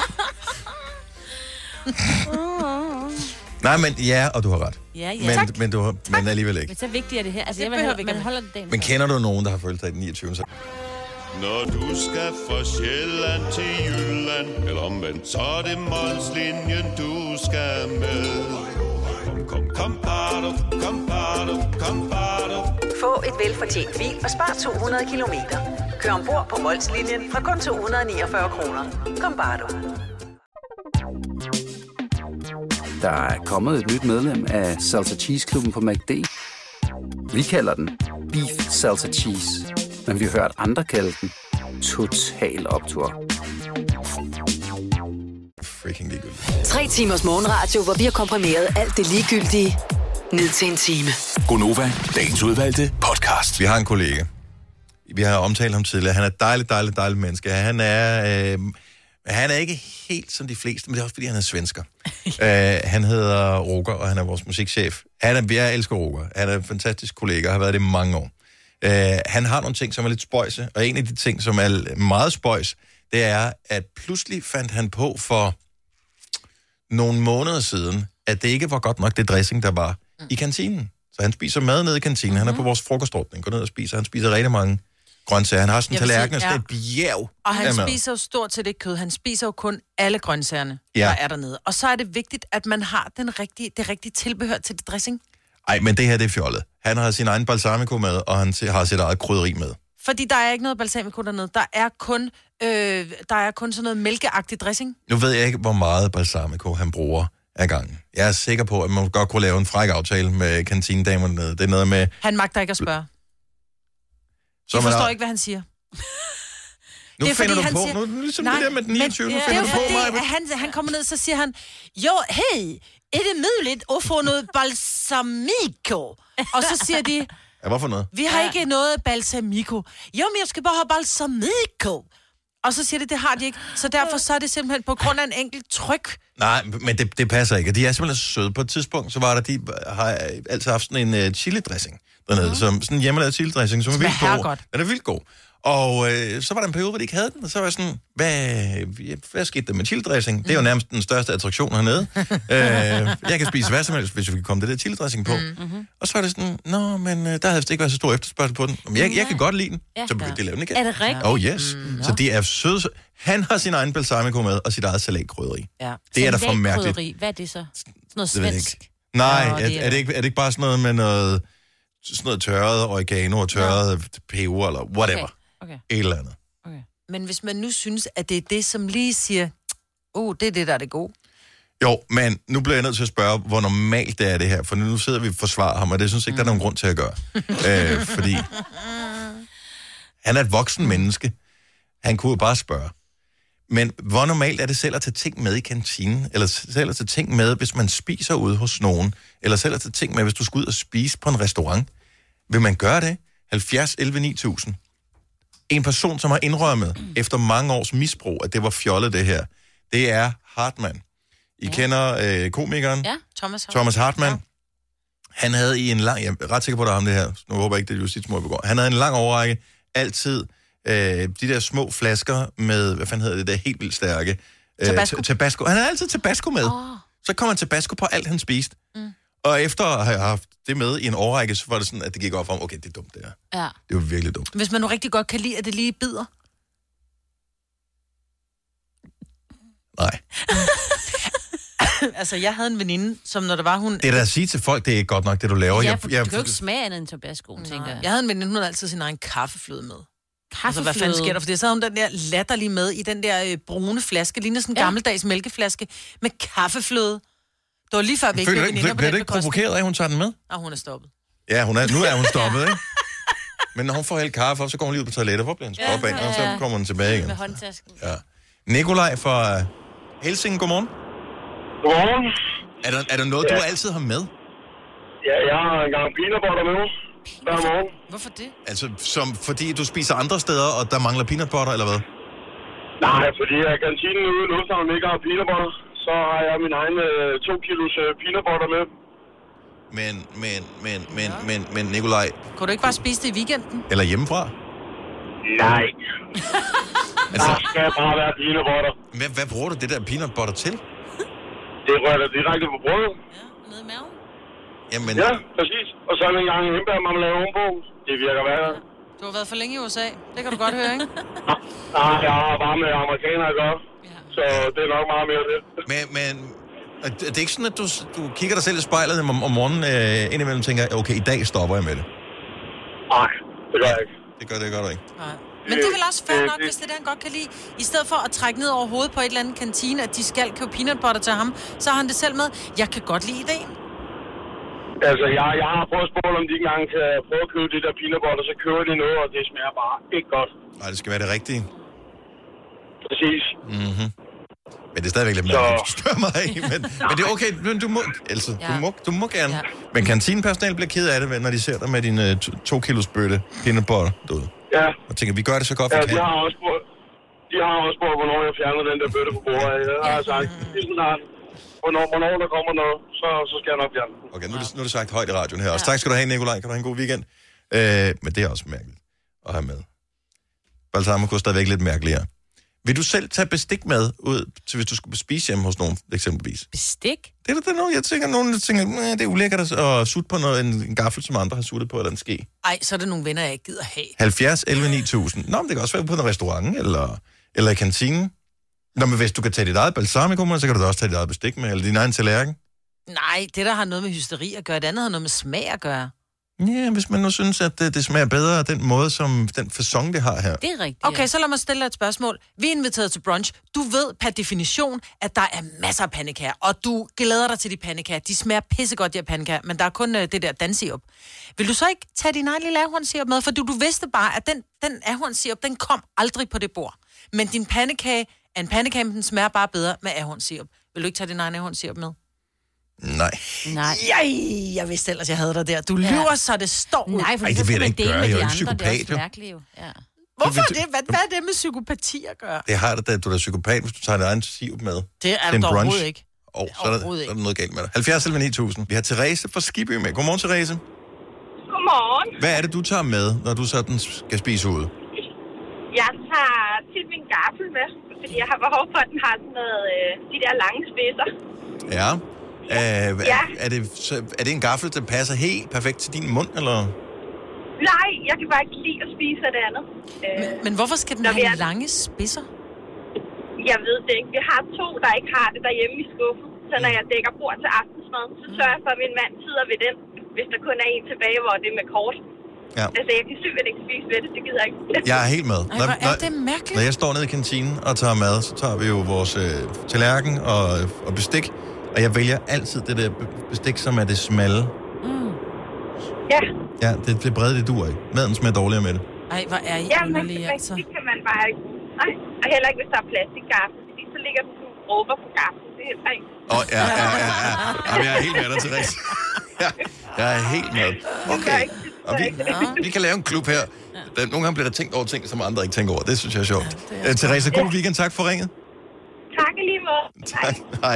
Nej, men ja, og du har ret. Ja, ja. Men, Tak. men, du har, men alligevel ikke. Men så vigtigt er det her. Altså, det jeg behøver vil, vi ikke man holder det dagen. Men kender du nogen, der har fødselsdag den niogtyvende Så... Når du skal fra Sjælland til Jylland, eller omvendt, så er det Molslinjen, du skal med. Kom, kom, kom, bado, kom, bado, kom, bado. Få et velfortjent bil og spar to hundrede kilometer. Kør ombord på Molslinjen fra kun to hundrede niogfyrre kroner. Kom, bado. Der er kommet et nyt medlem af Salsa Cheese Klubben på McD. Vi kalder den Beef Salsa Cheese, men vi har hørt andre kalde den Total Optur. Freaking ligegyldigt. Tre timers morgenradio, hvor vi har komprimeret alt det ligegyldige ned til en time. Gonova, dagens udvalgte podcast. Vi har en kollega. Vi har omtalt ham tidligere. Han er et dejligt, dejligt, dejligt menneske. Han er... Øh, Han er ikke helt som de fleste, men det er også, fordi han er svensker. uh, han hedder Roger, og han er vores musikchef. Han er, jeg elsker Roger. Han er en fantastisk kollega, og har været det i mange år. Uh, han har nogle ting, som er lidt spøjse, og en af de ting, som er meget spøjs, det er, at pludselig fandt han på for nogle måneder siden, at det ikke var godt nok det dressing, der var mm. i kantinen. Så han spiser mad nede i kantinen. Mm-hmm. Han er på vores frokostordning. Går ned og spiser. Han spiser rigtig mange grøntsager. Han har sådan en tallerken, og et bjerg. Og han spiser jo stort set ikke kød. Han spiser jo kun alle grøntsagerne, ja. der er dernede. Og så er det vigtigt, at man har den rigtige, det rigtige tilbehør til det dressing. Ej, men det her, det er fjollet. Han har sin egen balsamico med, og han har sit eget krydderi med. Fordi der er ikke noget balsamico dernede. Der er kun, øh, der er kun sådan noget mælkeagtig dressing. Nu ved jeg ikke, hvor meget balsamico han bruger af gangen. Jeg er sikker på, at man godt kunne lave en fræk aftale med kantinedamerne nede. Det er noget med... Han magter ikke at spørge. Så jeg forstår er... ikke, hvad han siger. Nu det er, finder fordi, du han på, siger, nu ligesom nej, det der med den niogtyvende Men, nu finder det du er på fordi, mig. Han, han kommer ned, så siger han, jo, hey, er det muligt at få noget balsamico? Og så siger de, ja, hvorfor noget? Vi har ikke noget balsamico. Jo, men jeg skal bare have balsamico. Og så siger de, det har de ikke. Så derfor så er det simpelthen på grund af en enkelt tryk. Nej, men det, det passer ikke. De er simpelthen søde. På et tidspunkt, så var der, de har altid haft sådan en uh, chili-dressing dernede. Mm. Som, sådan en hjemmelavet chili-dressing, som er vildt god. Den er vildt god. Og øh, så var der en periode, hvor de ikke havde den, og så var jeg sådan, hvad, hvad skete der med chili-dressing? Mm. Det er jo nærmest den største attraktion hernede. øh, jeg kan spise hvad som helst, hvis vi kan komme det der chili-dressing på. Mm-hmm. Og så er det sådan, nå, men øh, der havde ikke været så stor efterspørgsel på den. Men jeg, jeg kan godt lide den, ja, så begyndte de at lave den igen. Er det rigtigt? Oh yes. Mm, så det er søde. Han har sin egen balsamico med, og sit eget salatkrydderi. Ja. Det er da for mærkeligt. Hvad er det så? Sådan noget svensk? Nej, Nå, er, det er, er, det ikke, er det ikke bare sådan noget med noget, sådan noget tørret oregano og tørret ja. peber, eller whatever. Okay. Okay. Et eller andet. Okay. Men hvis man nu synes, at det er det, som lige siger, oh, det er det, der er det gode. Jo, men nu bliver jeg nødt til at spørge, hvor normalt det er det her, for nu sidder vi og forsvarer ham, og det synes jeg ikke, mm. der er nogen grund til at gøre. øh, fordi han er et voksen menneske. Han kunne jo bare spørge. Men hvor normalt er det selv at tage ting med i kantinen, eller selv at tage ting med, hvis man spiser ude hos nogen, eller selv at tage ting med, hvis du skal ud og spise på en restaurant? Vil man gøre det? halvfjerds elleve ni tusind En person, som har indrømmet efter mange års misbrug, at det var fjollet det her, det er Hartmann. I ja. kender øh, komikeren? Ja, Thomas Hartmann. Thomas Hartmann. Ja. Han havde i en lang... Jeg er ret sikker på, at det er ham det her. Nu håber jeg ikke, det er justitsmord begår. Han havde en lang overrække altid øh, de der små flasker med... Hvad fanden hedder det der helt vildt stærke? Øh, Tabasco. Tabasco. Han havde altid Tabasco med. Oh. Så kom han Tabasco på alt, han spiste. Mm. Og efter at have haft det med i en årrække, så var det sådan, at det gik op om, okay, det er dumt det her. Ja. Det var virkelig dumt. Hvis man nu rigtig godt kan lide, at det lige bider. Nej. Altså, jeg havde en veninde, som når der var hun... Det er da at sige til folk, det er godt nok, det du laver. Ja, jeg, for jeg, du kan jo ikke smage andet end Tabasco, tænker jeg. Jeg havde en veninde, hun havde altid sin egen kaffefløde med. Altså, hvad fanden sker der? For det så havde hun den der latterlige med i den der øh, brune flaske. Ligner sådan en ja. gammeldags mælkeflaske med kaffefløde. Det var lige før, vi ikke blev veninder på den. Bliver du ikke provokeret af, at hun tager den med? Og hun er stoppet. Ja, hun er, nu er hun stoppet, ikke? Men når hun får hældt kaffe op, så går hun lige ud på toilettet. Hvor bliver hendes krop af? Og så kommer hun tilbage igen. Med håndtasken. Ja. Nikolaj fra Helsing, godmorgen. Godmorgen. Er der, er der noget, ja. du altid har med? Ja, jeg har engang peanut butter med hver morgen. Hvorfor det? Altså, som, fordi du spiser andre steder, og der mangler peanut butter, eller hvad? Nej, fordi jeg kantinen ude i Lufthavn ikke har peanut butter, så har jeg min egen øh, to kilos øh, peanut butter med. Men, men, men, men, ja. men, men, Nikolaj... Kunne du ikke bare spise det i weekenden? Eller hjemmefra? Nej. altså, der skal bare være peanut butter. Hvad, hvad bruger du det der peanut butter til? Det rører direkte på brødet. Ja, nede i maven. Jamen... Ja, præcis. Og så en gang hembær, man laver ovenpå. Det virker værre. Du har været for længe i U S A. Det kan du godt høre, ikke? Nej, jeg har bare med amerikanere at gøre. Ja. Så det er nok meget mere det. Men, men det er ikke sådan, at du, du kigger dig selv i spejlet om, om morgenen øh, indimellem tænker, okay, i dag stopper jeg med det? Nej, det gør jeg ikke. Det gør, det gør du ikke. Nej. Men det er vel også fair nok, hvis det er det, han godt kan lide. I stedet for at trække ned over hovedet på et eller andet kantine, at de skal købe peanut butter til ham, så har han det selv med. Jeg kan godt lide ideen. Altså, jeg, jeg har prøvet at spørge, om de engang kan prøve at købe det der peanut butter, så køber de noget, og det smager bare ikke godt. Nej, det skal være det rigtige. Præcis. Mhm. Men det er stadigvæk lidt mærkeligt, du spørger mig af. Men, men det er okay, men du må, altså, ja. du må, du må gerne. Ja. Men kantinepersonale bliver ked af det, når de ser dig med din uh, to, to kilos bøtte peanut butter derude. Ja. Og tænker, vi gør det så godt, ja, vi kan. De har også spurgt, de har også spurgt, hvornår jeg fjerner den der bøtte på bordet. Jeg har sagt, lige snart, hvornår, hvornår der kommer noget, så, så skal jeg nok fjerne den. Okay, nu er, det, nu er det sagt højt i radioen her. Også tak skal du have, Nikolaj. Kan du have en god weekend? Øh, men det er også mærkeligt at have med. Balsamico er stadigvæk lidt mærkeligere. Vil du selv tage bestik med ud, til hvis du skulle spise hjemme hos nogen, eksempelvis? Bestik? Det er da noget, jeg tænker, nogen der tænker, det er ulækkert at sutte på noget, en, en gaffel, som andre har suttet på, eller en ske. Ej, så er det nogle venner, jeg ikke gider have. halvfjerds elleve ni tusind. Nå, men det kan også være på en restaurant, eller, eller i kantinen. Nå, men hvis du kan tage dit eget balsamico med, så kan du da også tage dit eget bestik med, eller din egen tallerken. Nej, det der har noget med hysteri at gøre, det andet har noget med smag at gøre. Ja, hvis man nu synes, at det, det smager bedre af den måde, som den facon, det har her. Det er rigtigt. Okay, så lad mig stille dig et spørgsmål. Vi er inviteret til brunch. Du ved per definition, at der er masser af pandekager, og du glæder dig til de pandekager. De smager pissegodt, de her pandekager, men der er kun uh, det der dansirup. Vil du så ikke tage din egen lille ahornsirup med? For du, du vidste bare, at den, den ahornsirup, den kom aldrig på det bord. Men din pandekage er en pandekage, men den smager bare bedre med ahornsirup. Vil du ikke tage din egen ahornsirup med? Nej. Nej. Jaj, jeg vidste ellers, jeg havde dig der. Du ja. lyver, så det står ud. Nej, for Ej, det vil jeg ikke gøre. Jeg er jo ikke psykopat, det er også jo. mærkeligt, jo. Ja. Hvorfor er det? Hvad, hvad er det med psykopati at gøre? Det har det da, du er da psykopat, hvis du tager din egen sirup med. Det er du overhovedet ikke. Åh, oh, så, er der, så er der noget galt med dig. halvfjerds elleve ni tusind. Vi har Therese fra Skibby med. Godmorgen, Therese. Godmorgen. Hvad er det, du tager med, når du sådan skal spise ude? Jeg tager tit min gaffel med, fordi jeg har behov for, at den har sådan noget, øh, de der lange spidser. Ja. Uh, ja. Er, er, det, så, er det en gaffel, der passer helt perfekt til din mund, eller? Nej, jeg kan bare ikke lide at spise af det andet. Men, øh, men hvorfor skal den have er... lange spidser? Jeg ved det ikke. Vi har to, der ikke har det derhjemme i skuffen. Så når jeg dækker bord til aftensmad, så sørger jeg for, at min mand sidder ved den, hvis der kun er en tilbage, hvor det er med kort. Ja. Altså, jeg kan simpelthen ikke spise ved det, det gider jeg ikke. Jeg er helt med. Ej, hvor er det mærkeligt. Når jeg står nede i kantinen og tager mad, så tager vi jo vores øh, tallerken og, og bestik. Og jeg vælger altid det der bestik, som er det smalle. Mm. Ja. Ja, det, det brede, det duer ikke. Maden smager dårligere med det. Ej, hvor er I ja, underlige, men, altså. det kan man bare ikke. Nej, og heller ikke, hvis der er plastikgaffel, fordi så ligger den sådan råber på gaffel. Det er helt rent. Åh, oh, ja, ja, ja, ja. Jamen, jeg er helt med dig, Therese. Ja, jeg er helt med. Okay. Og vi, vi kan lave en klub her. Der, nogle gange bliver der tænkt over ting, som andre ikke tænker over. Det synes jeg er sjovt. Ja, er... Therese, god weekend. Tak for ringet. Tak i lige måde. Tak. Hej.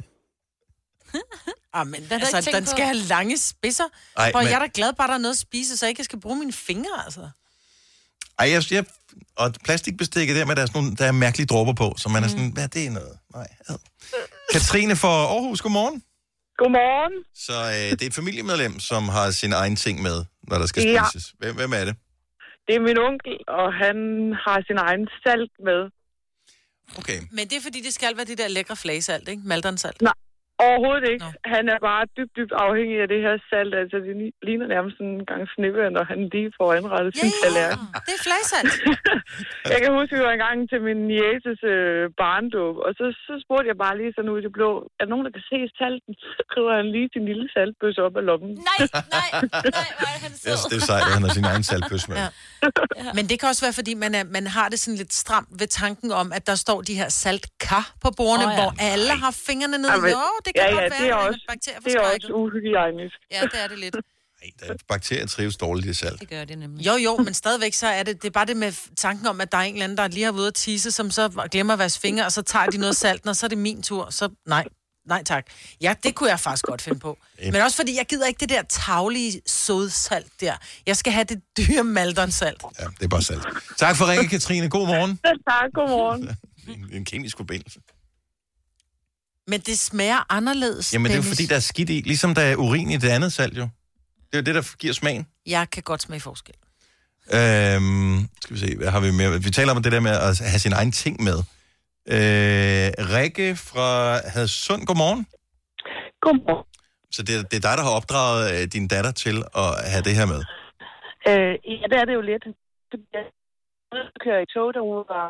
Ah, men altså, den skal have lange spidser. Ej, for men... jeg er da glad bare, der er noget at spise, så jeg ikke skal bruge mine fingre, altså. Ej, jeg, jeg og plastikbestikket der med, der er, sådan nogle, der er mærkelige dråber på, så man er sådan, hvad er det noget? Nej. Ja. Katrine fra Aarhus, godmorgen. Godmorgen. Så øh, det er et familiemedlem, som har sin egen ting med, når der skal spises. Ja. Hvem, hvem er det? Det er min onkel, og han har sin egen salt med. Okay. Men det er fordi, det skal være det der lækre flagesalt, ikke? Maldonsalt. Nej. Overhovedet ikke. Nå. Han er bare dybt, dybt afhængig af det her salt. Altså, det ligner nærmest sådan en gang snevejr, når han lige får anrettet ja, sin tallerken. Ja, det er flagsalt. Jeg kan huske, at vi var engang til min nieces øh, barndåb, og så, så spurgte jeg bare lige sådan ud i det blå, er der nogen, der kan se salten? Så skriver han lige sin lille saltbøsse op af lommen. Nej, nej, nej, hvor er han sød. Yes, det er sejt, at han har sin egen saltbøsse med. Ja. Ja. Men det kan også være, fordi man, er, man har det sådan lidt stramt ved tanken om, at der står de her saltkar på bordene, oh, ja. hvor alle har fingrene nede. Jo, det kan ja, godt ja, være, det er at også, bakterier det er også uhygienisk. Ja, det er det lidt. Ej, bakterier trives dårligt i salt. Det gør det nemlig. Jo, jo, men stadigvæk så er det, det er bare det med tanken om, at der er en eller anden, der lige har været ude at tisse, som så glemmer at vaske fingre, og så tager de noget salt, og så er det min tur. Så nej, nej tak. Ja, det kunne jeg faktisk godt finde på. Men også fordi, jeg gider ikke det der taglige sødsalt der. Jeg skal have det dyre maldonsalt. Ja, det er bare salt. Tak for ringen, Katrine. God morgen. Tak, god morgen. En, en kemisk forbindelse. Men det smager anderledes, Jamen, det er jo Dennis. fordi, der er skidt i. Ligesom der er urin i det andet salt, jo. Det er jo det, der giver smagen. Jeg kan godt smage forskel. Øhm, skal vi se, hvad har vi mere? Vi taler om det der med at have sin egen ting med. Øh, Rikke fra Hadsund, godmorgen. Godmorgen. Så det, det er dig, der har opdraget øh, din datter til at have det her med? Øh, ja, det er det jo lidt. Jeg kører i tog, da hun var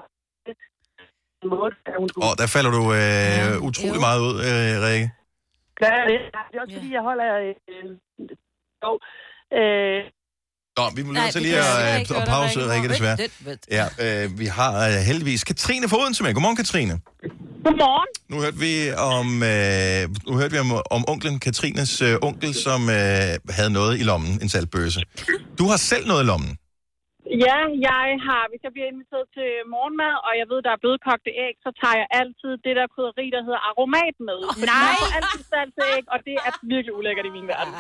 en måde, da hun skulle... Og der falder du øh, ja, utrolig meget ud, øh, Rikke. Gør jeg det? Det er også fordi, jeg holder... Øh, jo, øh, Nå, vi må nødt til lige at, at pause, Rikke, desværre. Ja, øh, vi har øh, heldigvis Katrine fra Odense med. Godmorgen, Katrine. Godmorgen. Nu hørte vi om, øh, nu hørte vi om, om onklen, Katrines øh, onkel, som øh, havde noget i lommen, en saltbøsse. Du har selv noget i lommen. Ja, jeg har, hvis jeg bliver inviteret til morgenmad, og jeg ved, der er blødkogte æg, så tager jeg altid det der krydderi, der hedder aromat med. Oh, nej! Jeg får altid saltæg, og det er virkelig ulækkert i min verden.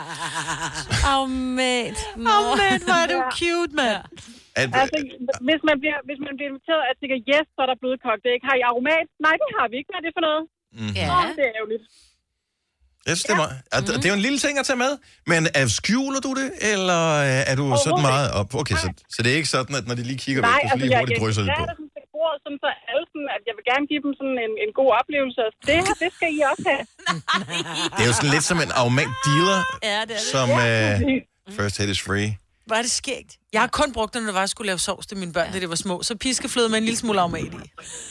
Aromat. Aromat, hvor er du cute, mand. Altså, hvis man bliver, hvis man bliver inviteret, og jeg tænker, yes, så er der blødkogte æg. Har I aromat? Nej, det har vi ikke. Hvad er det for noget? Mm-hmm. Ja. Nå, det er ærgerligt. Jeg synes, det, er, ja. det er jo en lille ting at tage med, men er, skjuler du det, eller er du sådan meget op? Okay, så, så det er ikke sådan, at når de lige kigger Nej, væk, så altså, lige hurtigt drysser det på? Nej, altså, jeg er bordet, sådan, så alle sådan, at jeg vil gerne give dem sådan en, en god oplevelse. Det her, det skal I også have. Det er jo sådan lidt som en aromat dealer, ja, det er det. som Ja, uh, first hit is free. Hvor er det skægt. Jeg har kun brugt det, når det var, at jeg skulle lave sovs til mine børn, ja. da det var små. Så piskefløde med en lille smule aromat i.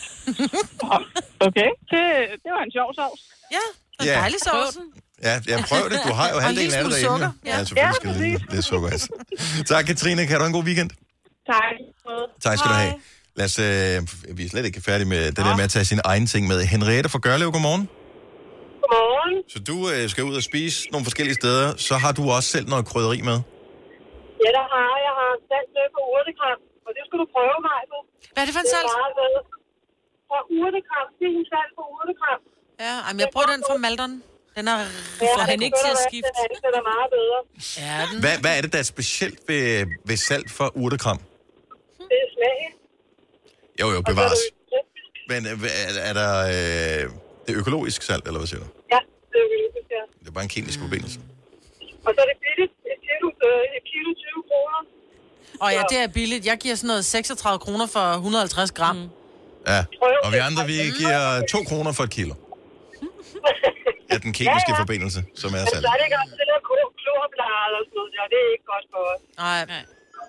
Okay, det, det var en sjov sovs. Ja, en Ja. dejlig sovs. Ja, jeg prøver det. Du har jo Og en halvdelen af det lille derhjemme. smule sukker. Ja, selvfølgelig skal det lidt sukker. Altså. Tak, Katrine. Kan du have en god weekend? Tak. Tak skal du have. Lad os, øh, vi er slet ikke færdige med det der med at tage sin egen ting med. Henriette fra Gørlev, godmorgen. Godmorgen. Så du øh, skal ud og spise nogle forskellige steder, så har du også selv noget krydderi med? Ja, der har jeg har salt med på urtekram, og det skal du prøve mig på. Hvad er det for en salt? Det er meget bedre. Fra urtekram, fin salt på urtekram. Ja, jamen, jeg bruger den fra Maldon. Den er for hende ikke til at skifte. Den er meget bedre. Ja, den. Hvad, hvad er det, der er specielt ved, ved salt for urtekram? Det er smagen. Jo, jo, bevares. Men øh, er, er der øh, det er økologisk salt, eller hvad siger du? Ja, det er økologisk, ja. Det er bare en kemisk forbindelse. Og så er det billigt. Et kilo, øh, et kilo tyve kroner. Og ja, det er billigt. Jeg giver sådan noget seksogtredive kroner for et hundrede og halvtreds gram. Mm. Ja, og vi andre, vi giver to kroner for et kilo. Af den kemiske ja, ja. forbindelse, som er salt. Men så er det ikke også det der klorblad eller sådan noget. Ja, det er ikke godt for os. Nej, nej.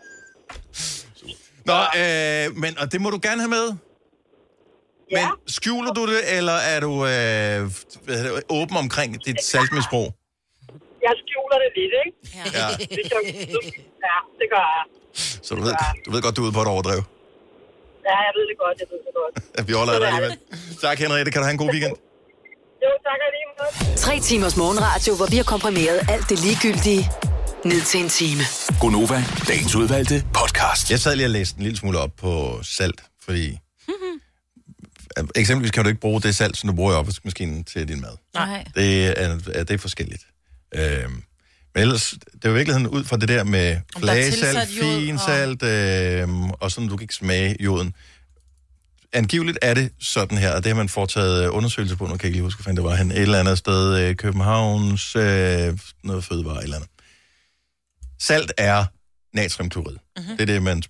Nå, øh, men og det må du gerne have med. Men ja. skjuler du det, eller er du øh, det, åben omkring dit saltmisbrug? Jeg skjuler det lidt, ikke? Ja. Ja, det gør jeg. Så du ved, du ved godt, du er ude på et overdrev. Ja, jeg ved det godt, jeg ved det godt. Vi holder dig alligevel. Tak, Henriette. Kan du have en god weekend? Jo, tak alligevel. Tre timers morgenradio, hvor vi har komprimeret alt det ligegyldige ned til en time. Gonova, dagens udvalgte podcast. Jeg sad lige og læste en lille smule op på salt, fordi eksempelvis kan du ikke bruge det salt, som du bruger i opvaskemaskinen til din mad. Nej. Det er, er, det er forskelligt. Øhm, men ellers, det er jo i virkeligheden ud fra det der med flagesalt, finsalt, øhm, og sådan, du kan ikke smage joden. Angiveligt er det sådan her, og det har man foretaget undersøgelser på, nu kan jeg ikke lige huske, hvad det var han, et eller andet sted, øh, Københavns, øh, noget fødevare, et eller andet. Salt er natriumklorid. Mm-hmm. Det er det, man spiser.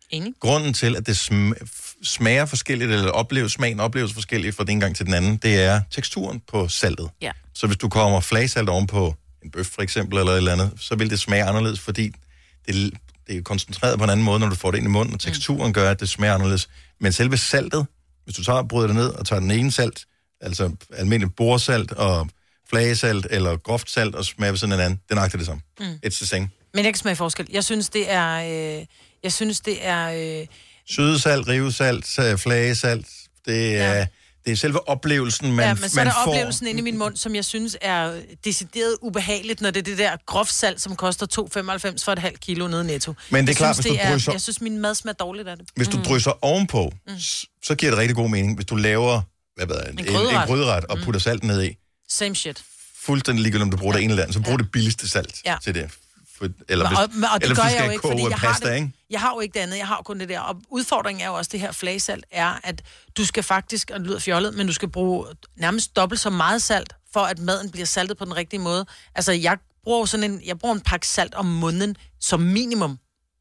Enig. Grunden til, at det sm- smager forskelligt, eller opleves, smagen opleves forskelligt fra den ene gang til den anden, det er teksturen på saltet. Ja. Så hvis du kommer flagesalt oven på en bøf for eksempel, eller et eller andet, så vil det smage anderledes, fordi det, det er koncentreret på en anden måde, når du får det ind i munden, og teksturen gør, at det smager anderledes. Men selve saltet, hvis du tager bryder det ned og tager den ene salt, altså almindelig bordsalt og flagesalt eller groft salt, og smager ved sådan en anden, det nøjagtigt det samme. Mm. It's the same. Men jeg kan smage forskel. Jeg synes, det er... Øh, jeg synes, det er... Øh, Sødesalt, rivesalt, øh, flagesalt, det er, ja. det er selve oplevelsen, man, ja, men så man er der får. oplevelsen inde i min mund, som jeg synes er decideret ubehageligt, når det er det der groft salt, som koster to komma femoghalvfems for et halvt kilo nede i Netto. Men det er jeg klart, synes, hvis du er, drysser... Jeg synes, min mad smager dårligt af det. Hvis du mm. drysser ovenpå, mm. så giver det rigtig god mening. Hvis du laver hvad ved, en, en, gryderet. en gryderet og putter salt ned i, same shit. Fuldstændig ligegyldigt, om du bruger ja. det ene eller andet, så brug ja. det billigste salt ja. til det. For, eller hvis, og, og det eller gør hvis du jeg skal jo ikke, koge fordi jeg pasta, har, det, ikke? jeg har jo ikke det andet, jeg har kun det der. Og udfordringen er jo også det her flagesalt, er, at du skal faktisk, og det lyder fjollet, men du skal bruge nærmest dobbelt så meget salt, for at maden bliver saltet på den rigtige måde. Altså, jeg bruger sådan en, jeg bruger en pakke salt om måneden som minimum.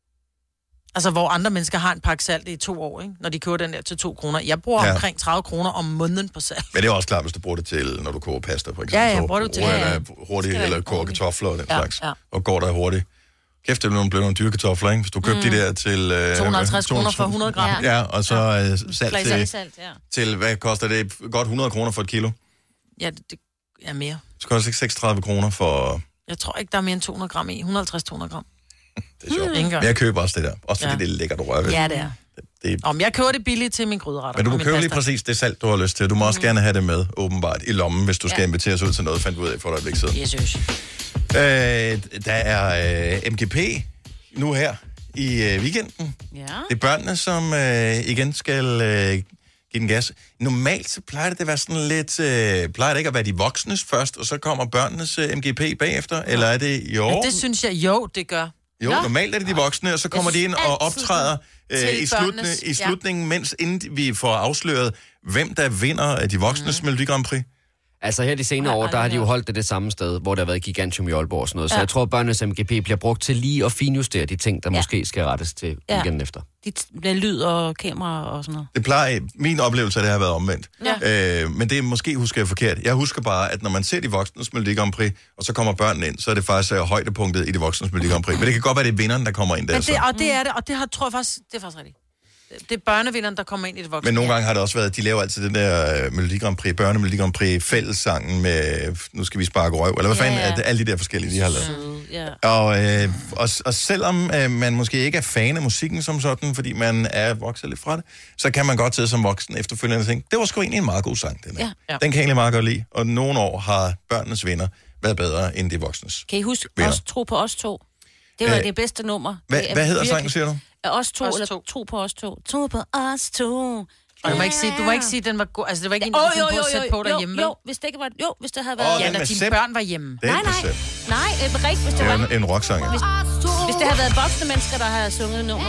Altså, hvor andre mennesker har en pakke salt i to år, ikke? Når de køber den der til to kroner. Jeg bruger ja. omkring tredive kroner om måneden på salt. Men det er også klart, hvis du bruger det til, når du koger pasta, for eksempel. Ja, ja, bruger du til det. Ja, hurtigt, eller koger kartofler og den ja, slags. Ja. Og går der hurtigt. Kæft, det er nogle, nogle dyre kartofler, ikke? Hvis du købte mm. de der til... Uh, to hundrede og halvtreds kroner for hundrede gram. Ja, og så ja. uh, salt til, salt, ja. til, hvad koster det? Godt hundrede kroner for et kilo. Ja, det, det er mere. Så koster det seksogtredive kroner for... Jeg tror ikke, der er mere end to hundrede gram i. et hundrede og halvtreds til to hundrede gram. Det er sjovt. Mm. Men jeg køber også det der. Også fordi ja. det er lækkert at røre ved. Ja, det er. Det, det... Om jeg køber det billigt til min gryderetter. Men du må købe lige præcis det salt, du har lyst til. Du må mm. også gerne have det med, åbenbart, i lommen, hvis du skal ja. inviteres ud til noget, fandt du ud af for et øjeblik siden. Jesus. Øh, der er øh, M G P nu her i øh, weekenden. Ja. Det er børnene, som øh, igen skal øh, give den gas. Normalt så plejer det at være sådan lidt... Øh, plejer det ikke at være de voksnes først, og så kommer børnenes øh, M G P bagefter? Ja. Eller er det jo? Ja, det synes jeg, jo, det gør. Jo, Nå. normalt er det de voksne, og så kommer de ind og optræder øh, i, slutne, i slutningen, ja. mens inden vi får afsløret, hvem der vinder de voksnes mm. Melodi Grand Prix. Altså her de senere år, der har de jo holdt det det samme sted, hvor der har været Gigantium i Aalborg og sådan noget. Ja. Så jeg tror, at børnenes M G P bliver brugt til lige at finjustere de ting, der ja. måske skal rettes til ja. igen efter. De bliver lyd og kamera og sådan noget. Det plejer, min oplevelse af det har været omvendt. Ja. Øh, men det er måske, husker jeg forkert. Jeg husker bare, at når man ser de voksnes Melodi Grand Prix, og så kommer børnene ind, så er det faktisk uh, højdepunktet i de voksnes Melodi Grand Prix. Men det kan godt være, det er vinderen, der kommer ind der. Men det, og det er det, og det har, tror jeg faktisk, det er faktisk rigtigt. Det er børnevinderen, der kommer ind i det voksne. Men nogle gange har det også været, de laver altid den der Melodi Grand Prix, børne Melodi Grand Prix fællessangen med, nu skal vi sparke røv, eller hvad fanden ja, ja. er det, alle de der forskellige, de har lavet. Ja. Og, øh, og, og selvom øh, man måske ikke er fan af musikken som sådan, fordi man er vokset lidt fra det, så kan man godt sidde som voksen efterfølgende og tænke, det var sgu egentlig en meget god sang, den her. Ja. Den kan jeg egentlig meget godt lide, og nogle år har børnenes venner været bedre end de voksnes. Kan I huske også Tro på os to? Det var Æh, det bedste nummer. Hva, det hvad hedder virkelig... sangen, siger du? Os to, os eller to. Tro på os to. Tro på os to. Og du må ikke sige, du må ikke sige, at den var god. Altså, det var ikke en, du oh, kunne på at sætte på derhjemme. Jo, jo, hvis det ikke var... Jo, hvis det havde været... Oh, ja, når dine Sepp. børn var hjemme. Den nej, nej. Nej, øh, rigtigt, hvis det ja, var... En, en rocksang, ja. Hvis, hvis det havde været voksne mennesker, der havde sunget nummer.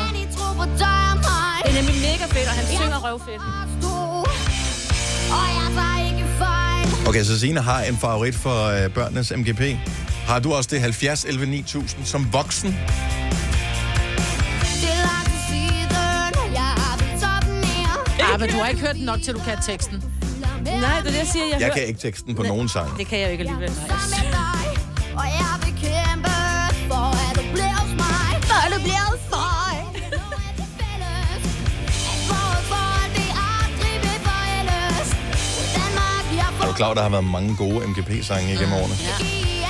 Det er nemlig mega fedt, og han synger røvfedt. Okay, så Signe har en favorit for øh, børnenes M G P. Har du også det halvfjerds elleve ni tusind som voksen? Ja, men du har ikke hørt den nok, til du kan teksten. Nej, det er det, jeg siger. Jeg, jeg hør... kan ikke teksten på nogen sang. Det kan jeg jo ikke alligevel. Nej. Og jeg vil kæmpe for, at du bliver hos mig. For at du bliver hos mig. Er du klar, der har været mange gode M G P-sange igennem årene? Ja.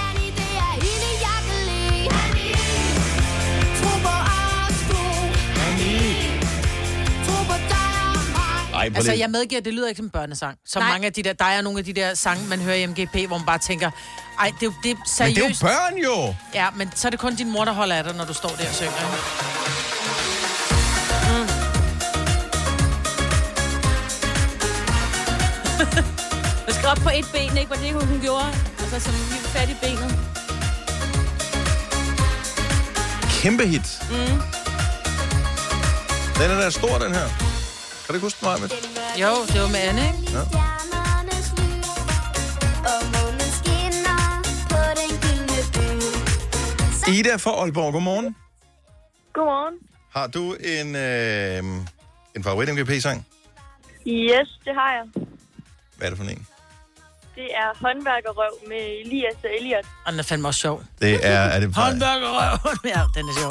Ej, altså, jeg medgiver, det lyder ikke som børnesang. Som Nej. mange af de der, der er nogle af de der sange, man hører i M G P, hvor man bare tænker, ej, det er jo det er seriøst. Men det er jo børn jo! Ja, men så er det kun din mor, der holder af dig, når du står der og synger. Mm. Jeg skal op på et ben, ikke? Var det, hun gjorde? Altså, som vi var fat i benet. Kæmpe hit. Mm. Den er der stor, den her. Kan du ikke huske mig med? Jo, det var med Anne, ikke? Ja. Ida fra Aalborg, godmorgen. Godmorgen. Har du en, øh, en favorit-M G P-sang? Yes, det har jeg. Hvad er det for en? Det er Håndværkerrøv med Elias og Elliot. Og den er fandme også sjov. Det er... er det Håndværkerrøv. Ja, den er sjov.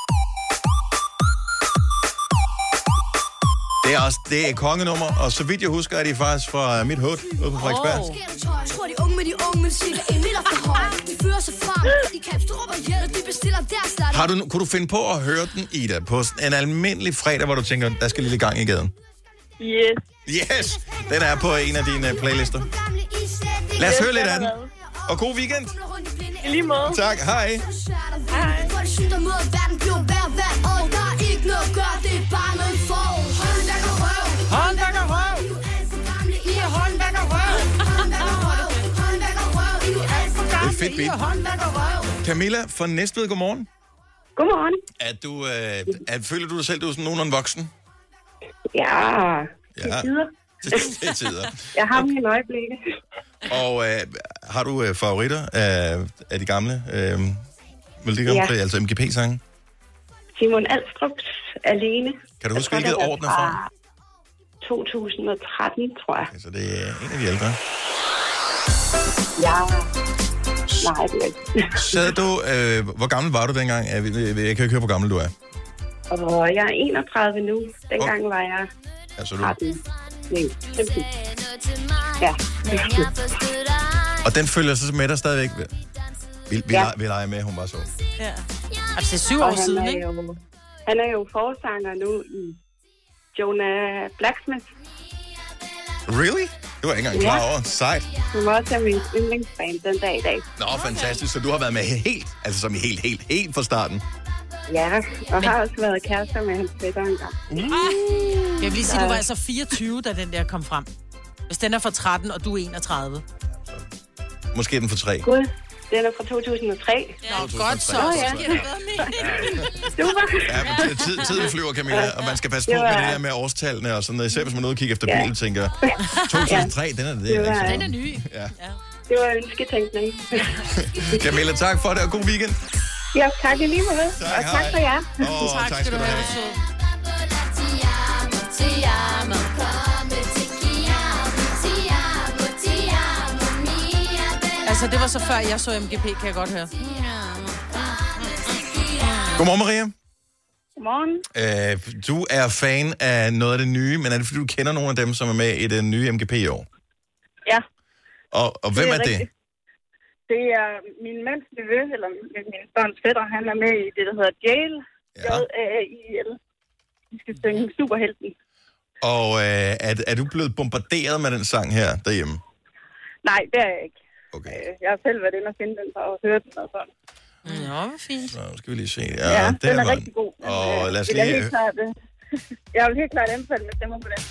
Det er også det er kongenummer, og så vidt jeg husker, er de faktisk fra mit hood ude på Frederiksberg. Oh. Jeg tror, de unge med de unge musikker en meter for høj. De fører sig frem, de kan stråber hjælp, de bestiller deres start. Har du, kunne du finde på at høre den, Ida, på en almindelig fredag, hvor du tænker, der skal lille gang i gaden? Yes. Yes! Den er på en af dine playlister. Lad os høre lidt af den. Og god weekend. I lige måde. Tak, hej. Hej. Håndværkerrøv! I er håndværkerrøv! Det er fedt beat. Camilla fra Næstved, godmorgen. Godmorgen. Er du, øh, er, føler du dig selv, du er sådan nogenlunde voksen? Ja, Ja. til tider. Det er tider. Jeg har mine øjeblikke. Og øh, har du øh, favoritter af, af de gamle øh, Melodi Grand Prix, Ja. altså M G P-sange? Simon Alstrup's Alene. Kan du huske, Jeg tror, hvilket det år den er fra? to tusind og tretten, tror jeg. Altså, det er en af de ældre. Ja. Nej, det er ikke. Sad du, øh, hvor gammel var du dengang? Jeg, jeg, jeg kan ikke høre, hvor gammel du er. Og jeg er enogtredive nu. Dengang var jeg Altså, du... tretten. Nej, femten. Ja. Og den følger så med dig stadigvæk. Vi, vi, Ja. ja. vi leger med, hun var så. Ja. Altså, det er syv Og år han siden, er ikke? Jo, han er jo forsanger nu i Jonah Blacksmith. Really? Det var jeg ikke engang klar over. Sejt. Hun var også min yndlingsband den dag i dag. Nå, fantastisk. Så du har været med helt, altså som i helt, helt, helt fra starten. Ja, og har også været kærester med hans fætter engang. Mm. Jeg vil lige sige, du var altså fireogtyve, da den der kom frem. Hvis den er fra tretten, og du er enogtredive. Måske er den for tre. Gud, den er fra to tusind og tre. Ja, godt så. Nå, ja. Så giver det bedre mening. Super. Ja, men tid, tiden flyver, Camilla, og man skal passe på Det var- med det der med årstallene og sådan noget. Især hvis man er ude og kigger efter Ja. bil, tænker to tusind og tre, den er det. Det var- ikke? Den er ny. Ja. Det var ønsketænkning. Camilla, tak for det, og god weekend. Ja, tak i lige måde. Tak, Og tak hej. for jer. Åh, tak, tak skal du have. Altså, det var så før jeg så M G P, kan jeg godt høre. Godmorgen, Maria. Godmorgen. Øh, du er fan af noget af det nye, men er det fordi, du kender nogle af dem, som er med i det nye M G P i år? Ja. Og, og hvem er, er det? rigtigt. Det er min mands nevø, eller min, min børns fætter. Han er med i det, der hedder Jail. Ja. J A I L. Vi skal synge Superhelten. Og øh, er, er du blevet bombarderet med den sang her derhjemme? Nej, det er jeg ikke. Okay. Øh, Jeg har selv været inde og finde den for at høre den og sådan. Nå, hvor fint. Så skal vi lige se. Ja, ja den der er var rigtig god. Men, Og øh, lad os vil jeg lige... helt klart, øh, jeg vil helt klart anbefale med stemmer på den.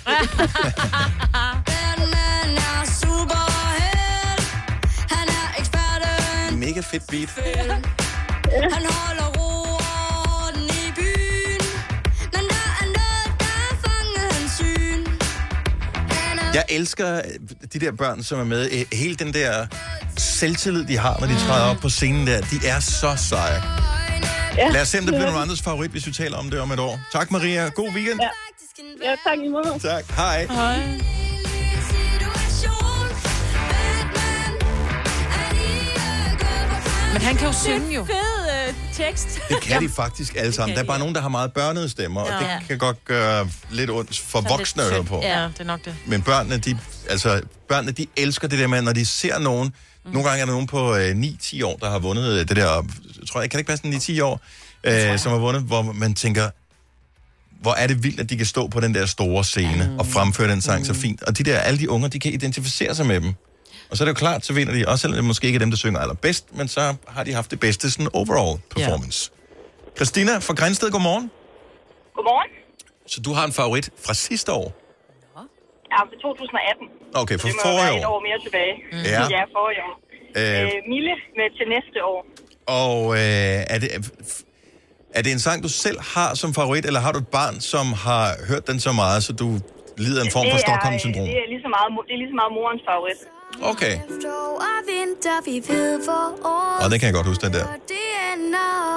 Batman er superhelt. Han er eksperten. Mega fedt beat. Han holder roen i byen. Men der er noget, der har fanget hans syn. Jeg elsker de der børn, som er med. Eh, Hele den der selvtillid, de har, når de træder op på scenen der, de er så seje. Ja. Lad os se, om det bliver nogen andres favorit, hvis vi taler om det om et år. Tak, Maria. God weekend. Ja, ja tak i måde. Tak. Hej. Hej. Men han kan jo synge jo. Fed øh, tekst. Det kan de faktisk alle sammen. Der er bare nogen, der har meget børnede stemmer, og Ja. det kan godt gøre lidt ondt for voksne at høre på. Ja, det er nok det. Men børnene, de, altså, børnene, de elsker det der med, når de ser nogen. Mm. Nogle gange er der nogen på øh, ni ti år, der har vundet øh, det der, tror jeg, kan det ikke passe ni ti år, øh, som har vundet, hvor man tænker, hvor er det vildt, at de kan stå på den der store scene mm. og fremføre den sang mm. så fint. Og de der, alle de unger, de kan identificere sig med dem. Og så er det jo klart, så vinder de, også selvom det måske ikke er dem, der synger allerbedst, men så har de haft det bedste sådan overall performance. Yeah. Christina fra Grænsted, godmorgen. Godmorgen. Så du har en favorit fra sidste år? Ja, for to tusind og atten. Okay, for det må forrige være et år. år mere tilbage. Mm. Ja. Ja, forrige år. Øh. Øh, Mille med til næste år. Og øh, er, det, er det en sang, du selv har som favorit, eller har du et barn, som har hørt den så meget, så du lider en form for Stockholm-syndrom? Det er lige så meget, det er lige så meget morens favorit. Okay. Efterår og vinter, vi ved hvor år Og det kan jeg godt huske, den der. det ender.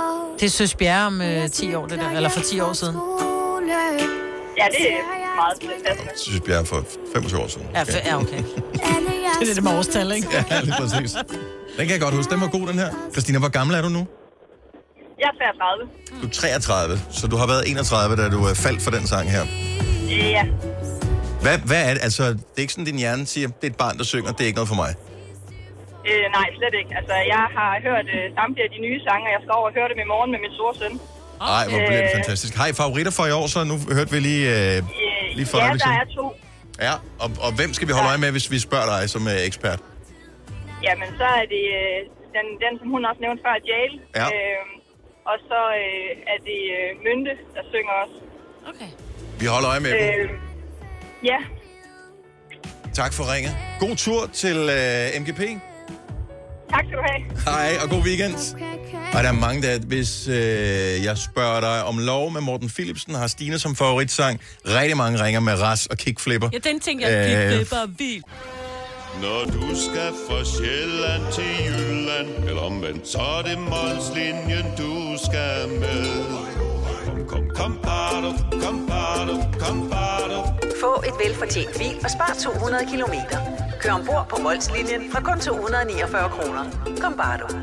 Det er Søs Bjerre om øh, ti år, det der, eller for ti år siden. Ja, det er meget passende. Søs Bjerre for femogtyve år siden. Ja, for, ja okay. Det er det med årstal, ikke? Ja, lige præcis. Den kan jeg godt huske. Den var god, den her. Christina, hvor gammel er du nu? Jeg er treogtredive. Du er treogtredive, så du har været enogtredive, da du faldt for den sang her. Ja. Hvad, hvad er det? Altså, det er ikke sådan, din hjerne siger, det er et barn, der synger, det er ikke noget for mig. Øh, nej, slet ikke. Altså, jeg har hørt øh, samtlige af de nye sange, og jeg skal over og høre dem i morgen med min store søn. Ej, hvor bliver det fantastisk. Har I favoritter for i år, så nu hørte vi lige, øh, lige for ja, øjeblik der siden. er to. Ja, og, og hvem skal vi holde øje med, hvis vi spørger dig som øh, ekspert? Jamen, så er det øh, den, den, som hun også nævnte før, Jail. Ja. Øh, og så øh, er det øh, Mynte, der synger også. Okay. Vi holder øje med dem. Øh, ja. Tak for ringet. God tur til øh, M G P. Tak skal du have. Hej, og god weekend. Og der er mange, der, hvis øh, jeg spørger dig om Lov med Morten Philipsen, har Stine som favoritsang. Rigtig mange ringer med Ras og Kickflipper. Ja, den tænker jeg, Kickflipper er vildt. Når du skal fra Sjælland til Jylland, eller omvendt, så er det Molslinjen, du skal med. Kom, kom, kom, bado, kom, bado, kom, bado. Få et velfortjent bil og spar to hundrede kilometer. Kør ombord på Molslinjen fra kun to hundrede niogfyrre kroner. Kom, bare du.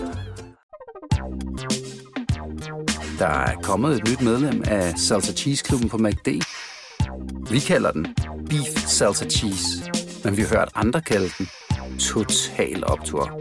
Der er kommet et nyt medlem af Salsa Cheese Klubben på McD. Vi kalder den Beef Salsa Cheese, men vi har hørt andre kalde den Total Optur.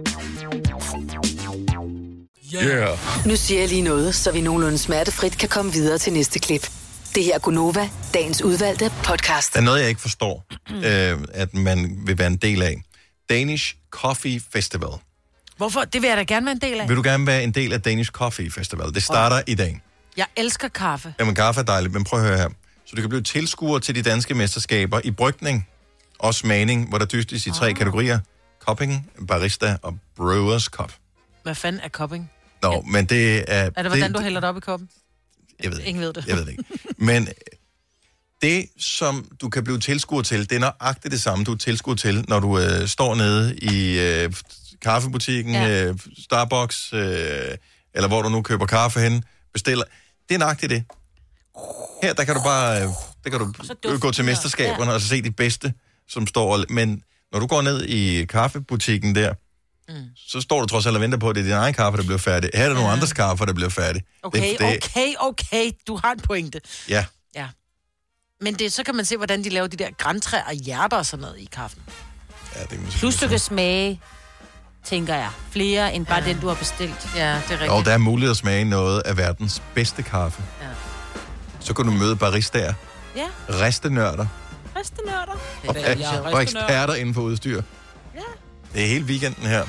Yeah. Nu siger jeg lige noget, så vi nogenlunde smertefrit kan komme videre til næste klip. Det her er Gunova, dagens udvalgte podcast. Der er noget, jeg ikke forstår, øh, at man vil være en del af. Danish Coffee Festival. Hvorfor? Det vil jeg da gerne være en del af. Vil du gerne være en del af Danish Coffee Festival? Det starter okay. i dag. Jeg elsker kaffe. Jamen, kaffe er dejligt, men prøv at høre her. Så du kan blive tilskuer til de danske mesterskaber i brygning og smagning, hvor der dystes i tre oh. kategorier. Cupping, barista og Brewers Cup. Hvad fanden er cupping? Nå, ja. men det er... Er det, hvordan det, du hælder det op i koppen? Jeg ved ikke. Ingen ved det. Jeg ved det ikke. Men det, som du kan blive tilskuer til, det er nøjagtigt det samme, du er tilskuer til, når du øh, står nede i øh, kaffebutikken, ja. øh, Starbucks, øh, eller hvor du nu køber kaffe hen, bestiller. Det er nøjagtigt det. Her, der kan du bare øh, der kan du gå til mesterskaberne ja. og så se de bedste, som står... Men når du går ned i kaffebutikken der, mm. så står du trods alt og venter på, at det er din egen kaffe, der bliver færdig. Her er der nogle andres kaffe, der bliver færdig. Okay, det, det... okay, okay. Du har en pointe. Ja. Ja. Men det, så kan man se, hvordan de laver de der grantræer og hjerter og sådan noget i kaffen. Ja, det er Plus du kan smage, tænker jeg, flere end bare ja. den, du har bestilt. Ja, det er rigtigt. Og der er muligt at smage noget af verdens bedste kaffe. Ja. Så kan du møde baristaer. Ja. Restenørder. Restenørder. Og, ja, og eksperter inden for udstyr. Ja. Det er hele weekenden her.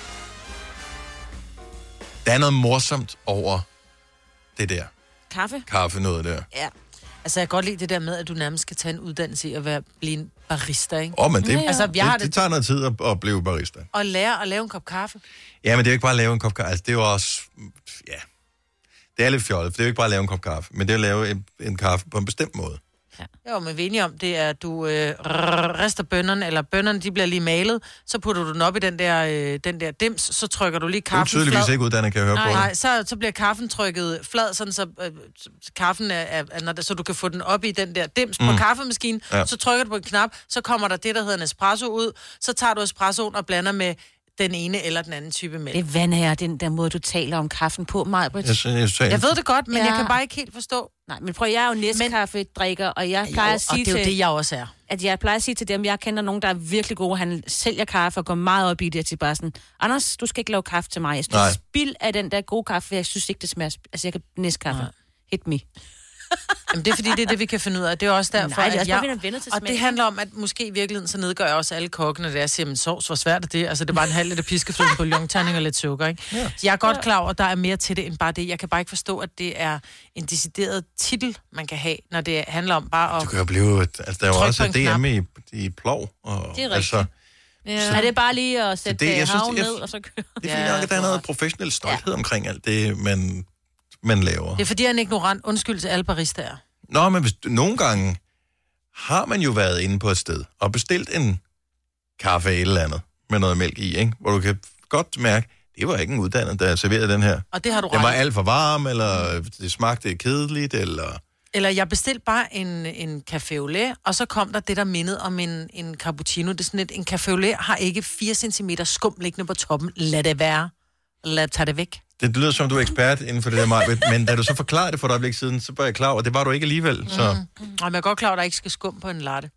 Der er noget morsomt over det der. Kaffe? Kaffe noget der. Ja. Altså, jeg kan godt lide det der med, at du nærmest skal tage en uddannelse i at være, blive en barista, ikke? Åh, oh, men det, ja, ja. Altså, jeg det, det tager noget tid at, at blive barista. Og lære at lave en kop kaffe. Ja, men det er jo ikke bare at lave en kop kaffe. Altså, det er jo også... Ja, det er lidt fjollet, for det er jo ikke bare at lave en kop kaffe, men det er at lave en, en kaffe på en bestemt måde. Ja. Jo, men vi er enige om, det er, at du øh, rester bønnerne, eller bønnerne, de bliver lige malet, så putter du den op i den der, øh, den der dims, så trykker du lige kaffen flad. Du er tydeligvis ikke uddannet, kan jeg høre nej, på Nej, så, så bliver kaffen trykket flad, sådan så øh, kaffen er, er, er, så du kan få den op i den der dims mm. på kaffemaskinen, ja. Så trykker du på en knap, så kommer der det, der hedder en espresso ud, så tager du espressoen og blander med den ene eller den anden type mælk. Det vander jeg, den der måde, du taler om kaffen på, Maj-Brit. Jeg, jeg, jeg, jeg ved det godt, men ja. jeg kan bare ikke helt forstå. Nej, men prøv, jeg er jo Nescafé-drikker, og jeg plejer jo, at sige og det er jo til, det, jeg også er. At jeg plejer at sige til dem, jeg kender nogen, der er virkelig gode, han sælger kaffe og går meget op i det, at de bare sådan, Anders, du skal ikke lave kaffe til mig. Jeg synes, spild af den der gode kaffe, jeg synes ikke, det smager, altså jeg kan Nescafé. Hit me. Jamen, det er fordi, det er det, vi kan finde ud af. Det er også derfor, Nej, det er også at bare, jeg... vi til og det handler om, at måske i virkeligheden, så nedgør jeg også alle kokkene, der siger, men sovs, hvor svært er det? Altså, det er bare en halv liter piskefløde på longterning og lidt sukker, ikke? Ja. Jeg er godt klar over, at der er mere til det, end bare det. Jeg kan bare ikke forstå, at det er en decideret titel, man kan have, når det handler om bare at... Du kan jo blive... Altså, der er jo også D M i, i plov. Og, det er rigtigt. Altså, ja. Så er det bare lige at sætte det, havn ned, og så kører... Det er fordi, ja, der er noget professionel stolthed ja. omkring alt det, man, man laver. Det er fordi, jeg er en ignorant undskyld til alle baristaer. Nå, men hvis, nogle gange har man jo været inde på et sted og bestilt en kaffe eller andet med noget mælk i, ikke? Hvor du kan godt mærke, det det var ikke en uddannet, der serverede den her. Og det har du Den var ret i. alt for varm, eller det smagte kedeligt, eller... Eller jeg bestilte bare en, en café au lait, og så kom der det, der mindede om en, en cappuccino. Det er sådan et, en café au lait har ikke fire centimeter skum liggende på toppen. Lad det være. Lad tage det væk. Det lyder som, du er ekspert inden for det der, Majbrit, men da du så forklarede det for et øjeblik siden, så var jeg klar over, det var du ikke alligevel. Så... Mm. Og jeg er godt klar over, at der ikke skal skum på en latte.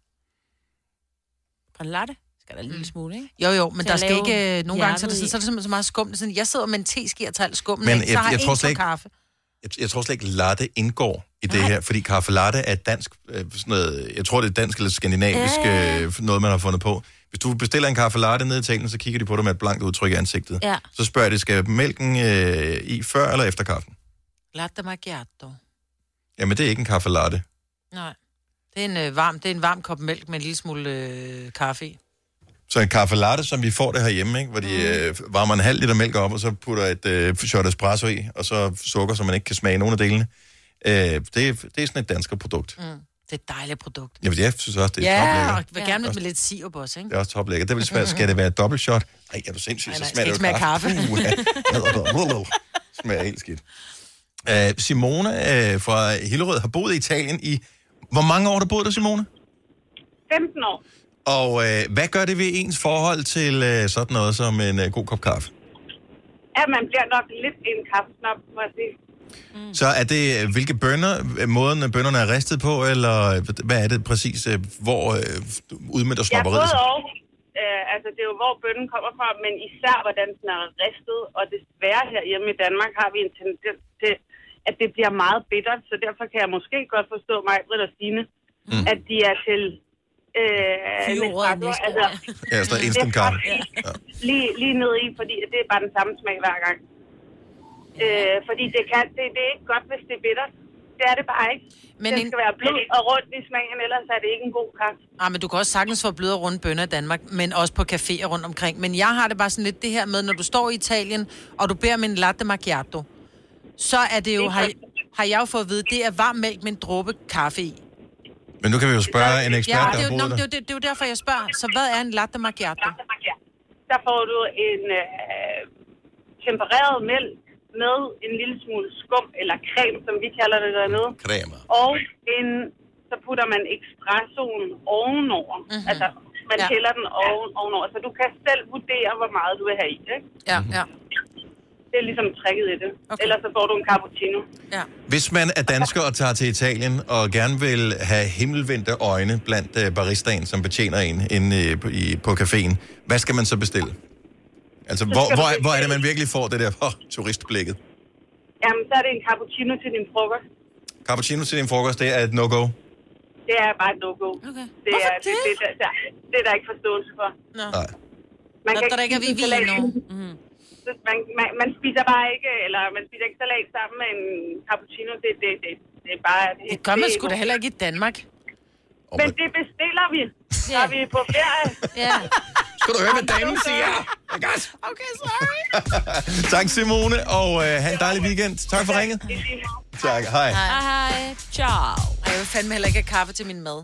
På en latte? Skal der en lille smule, ikke? Jo, jo, men Til der at skal lave ikke... Nogle gange så er, det, hjertet sådan, så er det simpelthen så meget skum. Det er sådan, jeg sidder med en teski og tager alt skummen Men af, så jeg- har jeg jeg tror en slet kop ikke- kaffe. Jeg, jeg tror slet ikke, latte indgår i det her, fordi kaffe latte er dansk, øh, sådan noget, jeg tror, det er dansk eller skandinavisk, øh, noget, man har fundet på. Hvis du bestiller en kaffe latte ned i Italien, så kigger de på dig med et blankt udtryk i ansigtet. Ja. Så spørger de, skal mælken øh, i før eller efter kaffen? Latte macchiato. Jamen, det er ikke en kaffe latte. Nej. Det er en, øh, varm, det er en varm kop mælk med en lille smule øh, kaffe i. Så en kaffe latte, som vi får det herhjemme, ikke? Hvor de øh, varmer en halv liter mælk op, og så putter et øh, shot espresso i, og så sukker, så man ikke kan smage nogen af delene. Øh, det, er, det er sådan et dansk produkt. Mm. Det er et dejligt produkt. Jamen, jeg synes også, det er Ja, toplækkert. og vil gerne med lidt sirup også, ikke? Det er også toplækkert. Det vil svært. Skal det være et dobbelt shot? Ej, er du sindssyg, Nej, så nej, smager det skal jo ikke smage kaffe. Uh, smager helt skidt. Uh, Simone uh, fra Hillerød har boet i Italien i... Hvor mange år har du boet der, Simone? femten år. Og uh, hvad gør det ved ens forhold til uh, sådan noget som en uh, god kop kaffe? Ja, man bliver nok lidt en kaffesnop, må jeg sige. Mm. Så er det, øh, hvilke bønner, øh, måden bønnerne er ristet på, eller øh, hvad er det præcis, øh, hvor øh, udmønter Ja, snopperiet? både og. Øh, altså, det er jo, hvor bønnen kommer fra, men især, hvordan den er ristet. Og desværre herhjemme i Danmark har vi en tendens til, at det bliver meget bittert. Så derfor kan jeg måske godt forstå mig, Britt og Stine, mm. at de er til... Øh, Nespresso, altså, Ja, sådan noget instant kaffe. Ja. Lige, lige ned i, fordi det er bare den samme smag hver gang. Øh, fordi det, kan, det, det er ikke godt, hvis det er bittert. Det er det bare ikke. Men den en... skal være blød og rundt i smagen, ellers er det ikke en god kaffe. Ah, men du kan også sagtens få bløde og runde bønner i Danmark, men også på caféer rundt omkring. Men jeg har det bare sådan lidt det her med, når du står i Italien, og du beder med en latte macchiato, så er det jo, har, har jeg jo fået at vide, det er varm mælk med en dråbe kaffe i. Men nu kan vi jo spørge en ekspert, ja, der det er har jo, nå, boet det, er der. jo, det, det er jo derfor, jeg spørger. Så hvad er en latte macchiato? Der får du en øh, tempereret mælk med en lille smule skum, eller creme, som vi kalder det dernede. Creme. Og en, så putter man espressoen ovenover. Mm-hmm. Altså, man Ja. tæller den oven, ovenover. Så du kan selv vurdere, hvor meget du vil have i, ikke? Ja, ja. Det er ligesom tricket i det. Okay. Ellers så får du en cappuccino. Ja. Hvis man er dansker og tager til Italien og gerne vil have himmelvendte øjne blandt uh, baristaen, som betjener en inde i, på, i, på caféen, hvad skal man så bestille? Altså, hvor, hvor, er- hvor er det, man virkelig får det der oh, turistblikket? Jamen, så er det en cappuccino til din frokost. Cappuccino til din frokost, det er et no-go. Det er bare et no-go. Okay. Det er, det? Det, det, det, det er der ikke forståelse for. Nå. Nej. Man Nå, kan der er ikke spise vin salat. nu. Mm. Man, man, man spiser bare ikke, eller man spiser ikke salat sammen med en cappuccino. Det, det, det, det er bare... Det, Det gør man det, sgu da heller ikke i Danmark. Men det bestiller vi, når vi er på ferie. Ja. Skal du høre, hvad damen siger? Okay, sorry. Tak, Simone, og uh, have en dejlig weekend. Tak for ringet. Tak, hej. Hej, hej. Ciao. Ej, jeg vil fandme heller ikke have kaffe til min mad.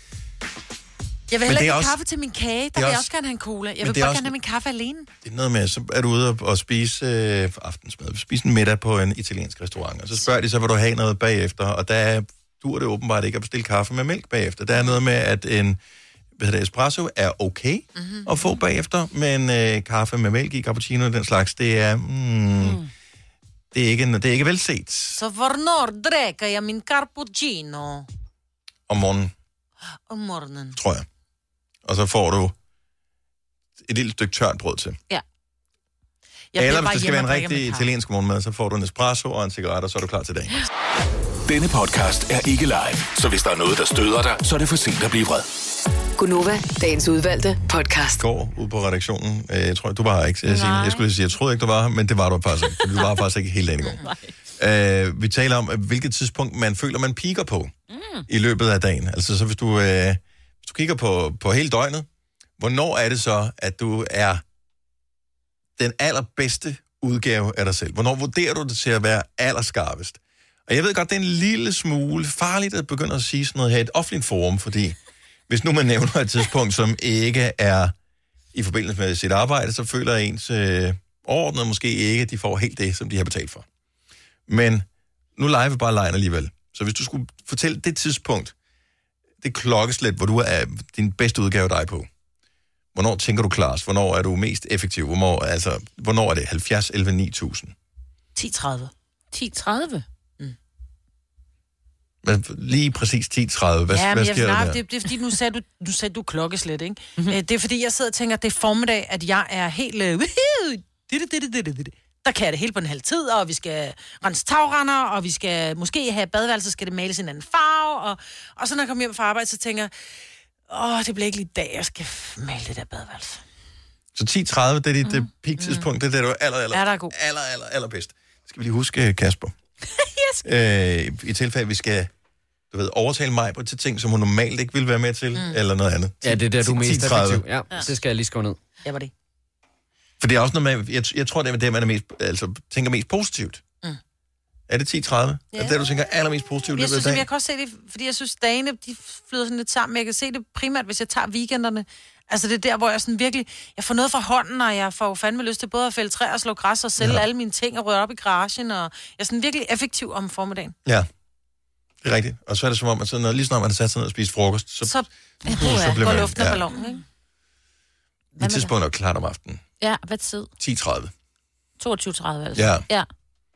Jeg vil Men heller det er ikke have også- kaffe til min kage. Der det er vil jeg også- også gerne have en cola. Jeg Men vil det er bare også- gerne have min kaffe alene. Det er noget med, så er du ude og, og spise øh, aftensmad, spise en middag på en italiensk restaurant, og så spørger de så, vil du have noget bagefter, og der dur det åbenbart ikke at bestille kaffe med mælk bagefter. Der er noget med, at en hvad hedder det, espresso er okay mm-hmm. at få bagefter, men øh, kaffe med mælk i, cappuccino og den slags, det er, mm, mm. det er ikke, det er ikke velset Så hvornår drikker jeg min cappuccino? om morgenen, Om morgenen. tror jeg. Og så får du et lille stykke tørt brød til. Ja. Eller hvis det skal være en rigtig italiensk morgenmad, så får du en espresso og en cigaret, og så er du klar til dagen. Denne podcast er ikke live, så hvis der er noget, der støder dig, så er det for sent at blive vred. Gunova, dagens udvalgte podcast. Går ud på redaktionen. Øh, Jeg tror, du var her ikke. Jeg, jeg skulle sige, jeg troede ikke, du var her, men det var du faktisk ikke. Du var faktisk ikke hele dagen i går. Uh, vi taler om, hvilket tidspunkt man føler, man piker på mm. i løbet af dagen. Altså, så hvis du, uh, hvis du kigger på, på hele døgnet, hvornår er det så, at du er den allerbedste udgave af dig selv? Hvornår vurderer du det til at være allerskarpest? Og jeg ved godt, det er en lille smule farligt at begynde at sige sådan noget her i et offentligt forum, fordi hvis nu man nævner et tidspunkt, som ikke er i forbindelse med sit arbejde, så føler ens øh, overordnet måske ikke, de får helt det, som de har betalt for. Men nu leger vi bare lejen alligevel. Så hvis du skulle fortælle det tidspunkt, det klokkeslæt, hvor du er din bedste udgave af dig på, hvornår tænker du klarest? Hvornår er du mest effektiv? Hvornår, altså, hvornår er det halvfjerds elleve ni tusind? ti tredive. ti tredive? Men lige præcis ti tredive. Hvad, ja, hvad men sker jeg, der nej, der? det, det er fordi, nu sagde du, nu sagde du klokkeslæt, ikke? Mm-hmm. Det er fordi, jeg sidder og tænker, at det er formiddag, at jeg er helt... Øh, det, det, det, det, det. Der kan jeg det hele på en halv tid, og vi skal rense tagrender, og vi skal måske have badeværelse, skal det males i en anden farve, og, og så når jeg kommer hjem fra arbejde, så tænker jeg, åh, det bliver ikke lige i dag, jeg skal male det der badeværelse. Så ti tredive, det er dit mm. peak-tidspunkt, det er det, du er aller, aller, er der god. aller, aller, aller bedst. Skal vi lige huske, Kasper? yes. øh, I tilfælde, vi skal du ved, overtale mig på til ting, som hun normalt ikke ville være med til, mm. eller noget andet. Ja, det er der, du er mest ti tredive. effektiv. Ja, ja, det skal jeg lige skrive ned. Ja, var det. For det er også noget med, jeg, jeg tror, det er det, man er mest, altså, tænker mest positivt. Mm. Er det ti tredive? Ja. Er det det, du tænker allermest positivt? Jeg synes, jeg kan også se det, fordi jeg synes, dagene, de flyder sådan lidt sammen, men jeg kan se det primært, hvis jeg tager weekenderne. Altså, det er der, hvor jeg sådan virkelig, jeg får noget fra hånden, og jeg får fandme lyst til både at fælde træer og slå græs og sælge ja. alle mine ting og røre op i garagen, og jeg er sådan virkelig effektiv om formiddagen. Ja, det er rigtigt. Og så er det som om, at så, når, lige snart man har sat sig ned og spist frokost, så, så, uh, ja, så bliver går man... luften af ballonen, ikke? Mit tidspunkt er klart om aftenen. Ja, hvad tid? ti tredive. toogtyve tredive, altså. Ja. ja.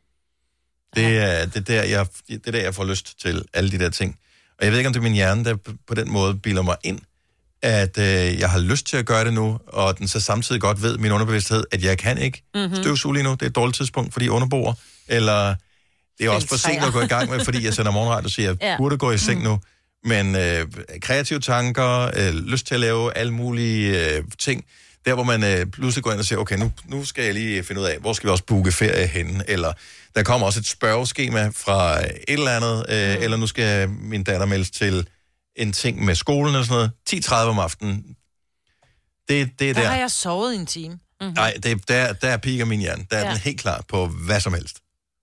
Det er, det, der, jeg, det er der, jeg får lyst til alle de der ting. Og jeg ved ikke, om det er min hjerne, der på den måde bilder mig ind, at øh, jeg har lyst til at gøre det nu, og den så samtidig godt ved, min underbevidsthed, at jeg kan ikke mm-hmm. støvsuge lige nu. Det er et dårligt tidspunkt, fordi underboer. Eller det er også for sent at gå i gang med, fordi jeg sender morgenradio og siger, at jeg ja. burde gå i seng nu. Men øh, kreative tanker, øh, lyst til at lave alle mulige øh, ting, der hvor man øh, pludselig går ind og siger, okay, nu, nu skal jeg lige finde ud af, hvor skal vi også booke ferie henne, eller der kommer også et spørgeskema fra et eller andet, øh, mm. eller nu skal min datter meldes til en ting med skolen eller sådan noget. ti tredive om aftenen. Det, det er der. Der har jeg sovet i en time. Mm-hmm. Nej, det, der, der piker min hjerne. Der er ja. den helt klar på hvad som helst.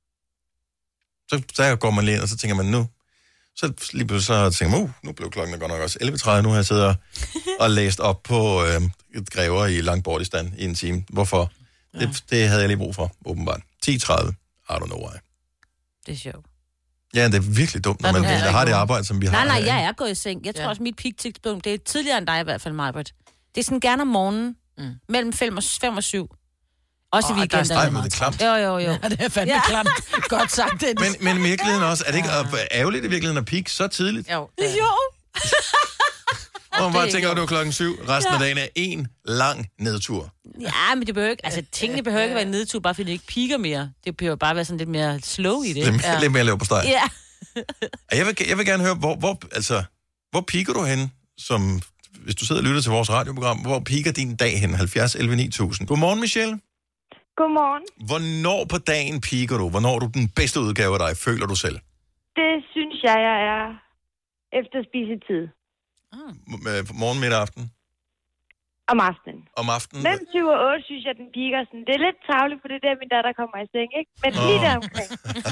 Så, så går man lige ind, og så tænker man, nu så lige pludselig så tænker man, uh, nu blev klokken godt nok også elleve tredive, nu har jeg siddet og, og læst op på øh, Grever i Langbordistan i en time. Hvorfor? Ja. Det, det havde jeg lige brug for, åbenbart. ti tredive, I don't know why. Det er sjovt. Ja, det er virkelig dumt, når man der har det arbejde, som vi nej, har. Nej, nej, jeg er gået i seng. Jeg tror ja. også, mit peak-tidspunkt, det er tidligere end dig i hvert fald, Maj-Brit. Det er sådan gerne om morgenen, mm. mellem fem og syv. Også oh, i weekenden. Nej, men det er klamt. Jo, jo, jo. Ja, det er fandme ja. klamt. Godt sagt, det. Men, men i virkeligheden også, er det ikke ærgerligt i virkeligheden at peak så tidligt? Jo. Det er jo. Og man bare tænker, at det var klokken syv. Resten ja. af dagen er en lang nedtur. Ja, men det behøver ikke, altså tingene behøver ikke være en nedtur, bare fordi det ikke piker mere. Det behøver bare være sådan lidt mere slow i det. Lidt, ja. lidt mere lav på steg. Ja. jeg, vil, jeg vil gerne høre, hvor, hvor, altså, hvor piker du hen, som, hvis du sidder og lytter til vores radioprogram, hvor piker din dag hen? halvfjerds elleve ni tusind. Godmorgen, Michelle. Godmorgen. Hvornår på dagen piker du? Hvornår er du den bedste udgave af dig, føler du selv? Det synes jeg, jeg er efter spisetid. Ah. Morgen, middag, aften? Om aftenen. Om aftenen? Mellem syv og otte synes jeg, den piker sådan. Det er lidt tavligt, for det er der, min datter kommer i seng, ikke? Men oh. lige der omkring.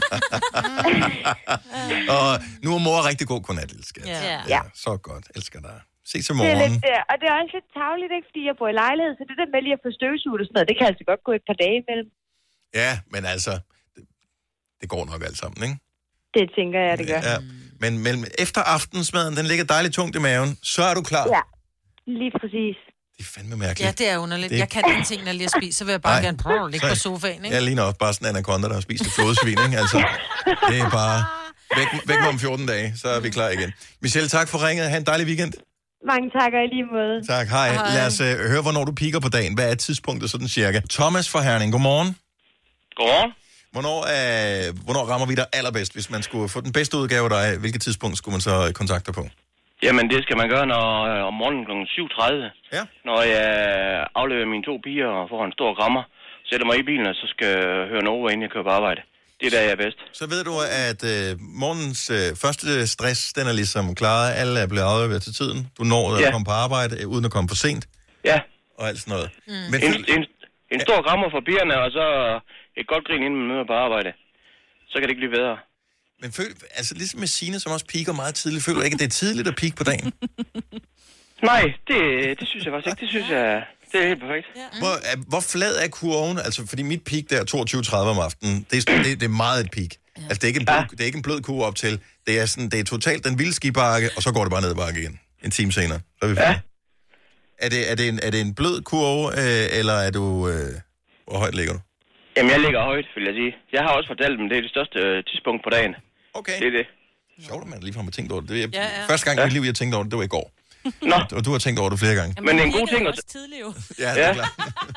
Og nu er mor rigtig god godnat, elsker jeg. Ja. Ja, så godt. Elsker dig. Se til morgen. Det er lidt der. Og det er også lidt tavligt, ikke? Fordi jeg bor i lejlighed, så det der med lige at få støvsuget og sådan noget, det kan altså godt gå et par dage imellem. Ja, men altså, det, det går nok alt sammen, ikke? Det tænker jeg, det gør. Ja. Men mellem, efter aftensmaden, den ligger dejligt tungt i maven, så er du klar. Ja, lige præcis. Det er fandme mærkeligt. Ja, det er underligt. Det... Jeg kan ingenting, når jeg lige har spist, så vil jeg bare Ej, gerne prøve at ligge på sofaen, ikke? Jeg ligner også bare sådan en anaconda, der har spist et flodsvin, ikke? Altså, det er bare... Væk, væk om fjorten dage, så er vi klar igen. Michelle, tak for ringet. Ha' en dejlig weekend. Mange takker i lige måde. Tak, hej. hej. Lad os uh, høre, hvornår du piker på dagen. Hvad er tidspunktet sådan cirka? Thomas fra Herning, godmorgen. Godmorgen. Hvornår, uh, hvornår rammer vi dig allerbedst, hvis man skulle få den bedste udgave af dig? Hvilket tidspunkt skulle man så kontakte dig på? Jamen, det skal man gøre når, øh, om morgenen klokken syv tredive. Ja. Når jeg afleverer mine to piger og får en stor grammer, sætter mig i bilen, og så skal jeg høre Nova, inden jeg kører på arbejde. Det er der, jeg er bedst. Så ved du, at øh, morgens øh, første stress, den er ligesom klaret. Alle er blevet afleveret til tiden. Du når at ja. komme på arbejde, øh, uden at komme for sent. Ja. Og alt sådan noget. Mm. Men en, en, en stor grammer for pigerne, og så et godt grin, inden man møder på arbejde. Så kan det ikke blive bedre. Men føl, altså ligesom med Signe, som også piker meget tidligt, føler du ikke, at det er tidligt at pike på dagen? Nej, det, det synes jeg faktisk ikke. Det synes jeg, Det er helt perfekt. Ja. Hvor, er, hvor flad er kurven? Altså, fordi mit peak der er toogtyve tredive om aftenen. Det er, det, det er meget et peak. Ja. Altså, det er, ikke en blød, ja. det er ikke en blød kurve op til. Det er, sådan, det er totalt den vilde skibakke, og så går det bare ned ad bakke igen. En time senere. Så er vi færdige. Ja. Er det, er, det en, er det en blød kurve, øh, eller er du... Øh, hvor højt ligger du? Jamen, jeg ligger højt, vil jeg sige. Jeg har også fortalt dem, det er det største øh, tidspunkt på dagen. Okay. Det er det. Sjovt, at man lige har tænkt over det. det er, ja, ja. Første gang i ja. mit liv, jeg tænkte over det, det var i går. Nå. Og du har tænkt over det flere gange. Men det er en god ting at... Tidligt jo. Ja, det er klart.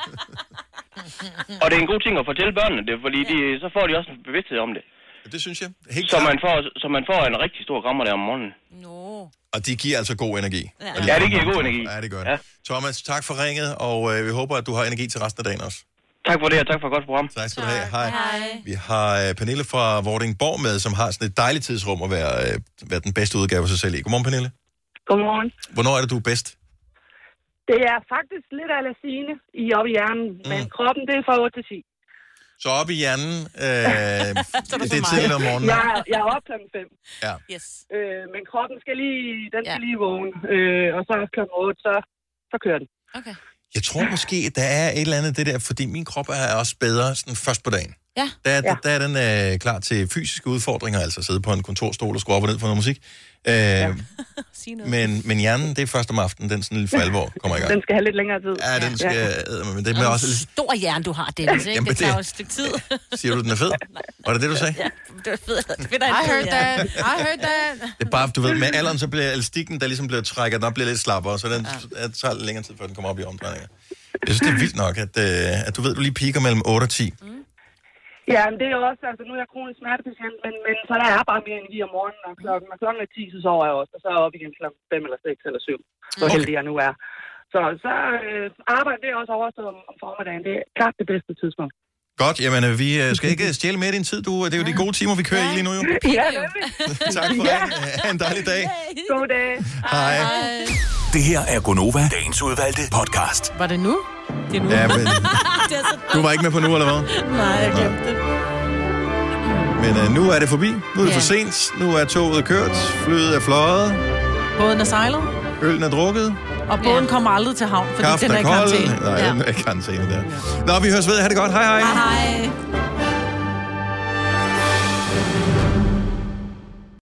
Og det er en god ting at fortælle børnene det, fordi de, så får de også en bevidsthed om det. Det synes jeg. Helt så, man får, så man får en rigtig stor grammer der om morgenen. No. Og de giver altså god energi. Ja, ja det giver god energi. Ja, det gør det. Ja. Thomas, tak for ringet, og øh, vi håber, at du har energi til resten af dagen også. Tak for det, og tak for et godt program. Tak skal du have. Hej. Hej. Vi har øh, Pernille fra Vordingborg med, som har sådan et dejligt tidsrum at være, øh, være den bedste udgave af sig selv i. Godmorgen, Pernille. Godmorgen. Hvornår er det, du er bedst? Det er faktisk lidt af Lassine i op i hjernen, mm. men kroppen, det er fra otte til ti. Så op i hjernen, øh, det er tidligt om morgenen. Jeg, jeg er op klokken fem. Ja. Yes. Øh, men kroppen skal lige, den skal ja. lige vågne, øh, og så klokken otte, så, så kører den. Okay. Jeg tror måske, at der er et eller andet det der, fordi min krop er også bedre sådan først på dagen. Ja. Der, ja. der, der er den øh, klar til fysiske udfordringer, altså sidde på en kontorstol og skrue op og ned for noget musik. Øh, ja. men, men hjernen, det er først om aftenen, den sådan lidt for alvor kommer i gang. Den skal have lidt længere tid. Ja, den skal... Ja. Men det er og også en stor hjerne, du har, Dennis, ikke? Jamen, det tager det... jo et stykke tid. Siger du, den er fed? Var det det, du sagde? Ja, det var fedt. fedt I heard that. I heard that. Det er bare, du ved, med alderen, så bliver elastikken, der ligesom bliver trækket, den bliver lidt slappere, så den ja. tager lidt længere tid, før den kommer op i omdrejninger. Jeg synes, det er vildt nok, at, øh, at du ved, du lige piker mellem otte og ti. Mm. Ja, men det er jo også, altså nu er jeg kronisk smertepatient, men, men så der er bare mere energi om morgenen, og klokken, når klokken er ti, så sover jeg også, og så er jeg op igen klokken fem eller seks eller syv, så okay. heldig jeg nu er. Så, så øh, arbejde det er også overstået om, om formiddagen, det er klart det bedste tidspunkt. Godt, jamen vi øh, skal ikke stjæle mere din tid, du. Det er jo de gode timer, vi kører ja. i lige nu jo. Ja, nemlig. Tak for det. Ha' en dejlig dag. God dag. Hej. Det her er Gonova, dagens udvalgte podcast. Var det nu? Det er nu. Ja, men... Du var ikke med på nu, eller hvad? Nej, jeg glemte det. Men øh, nu er det forbi. Nu er det ja. for sent. Nu er toget kørt. Flyet er fløjet. Båden er sejlet. Øllen er drukket. Og båden ja. kommer aldrig til havn, fordi Kaften den er i kold. karantæne. Nej, ja. den er i karantæne der. Nå, vi høres ved. Ha' det godt. Hej hej. Hej hej.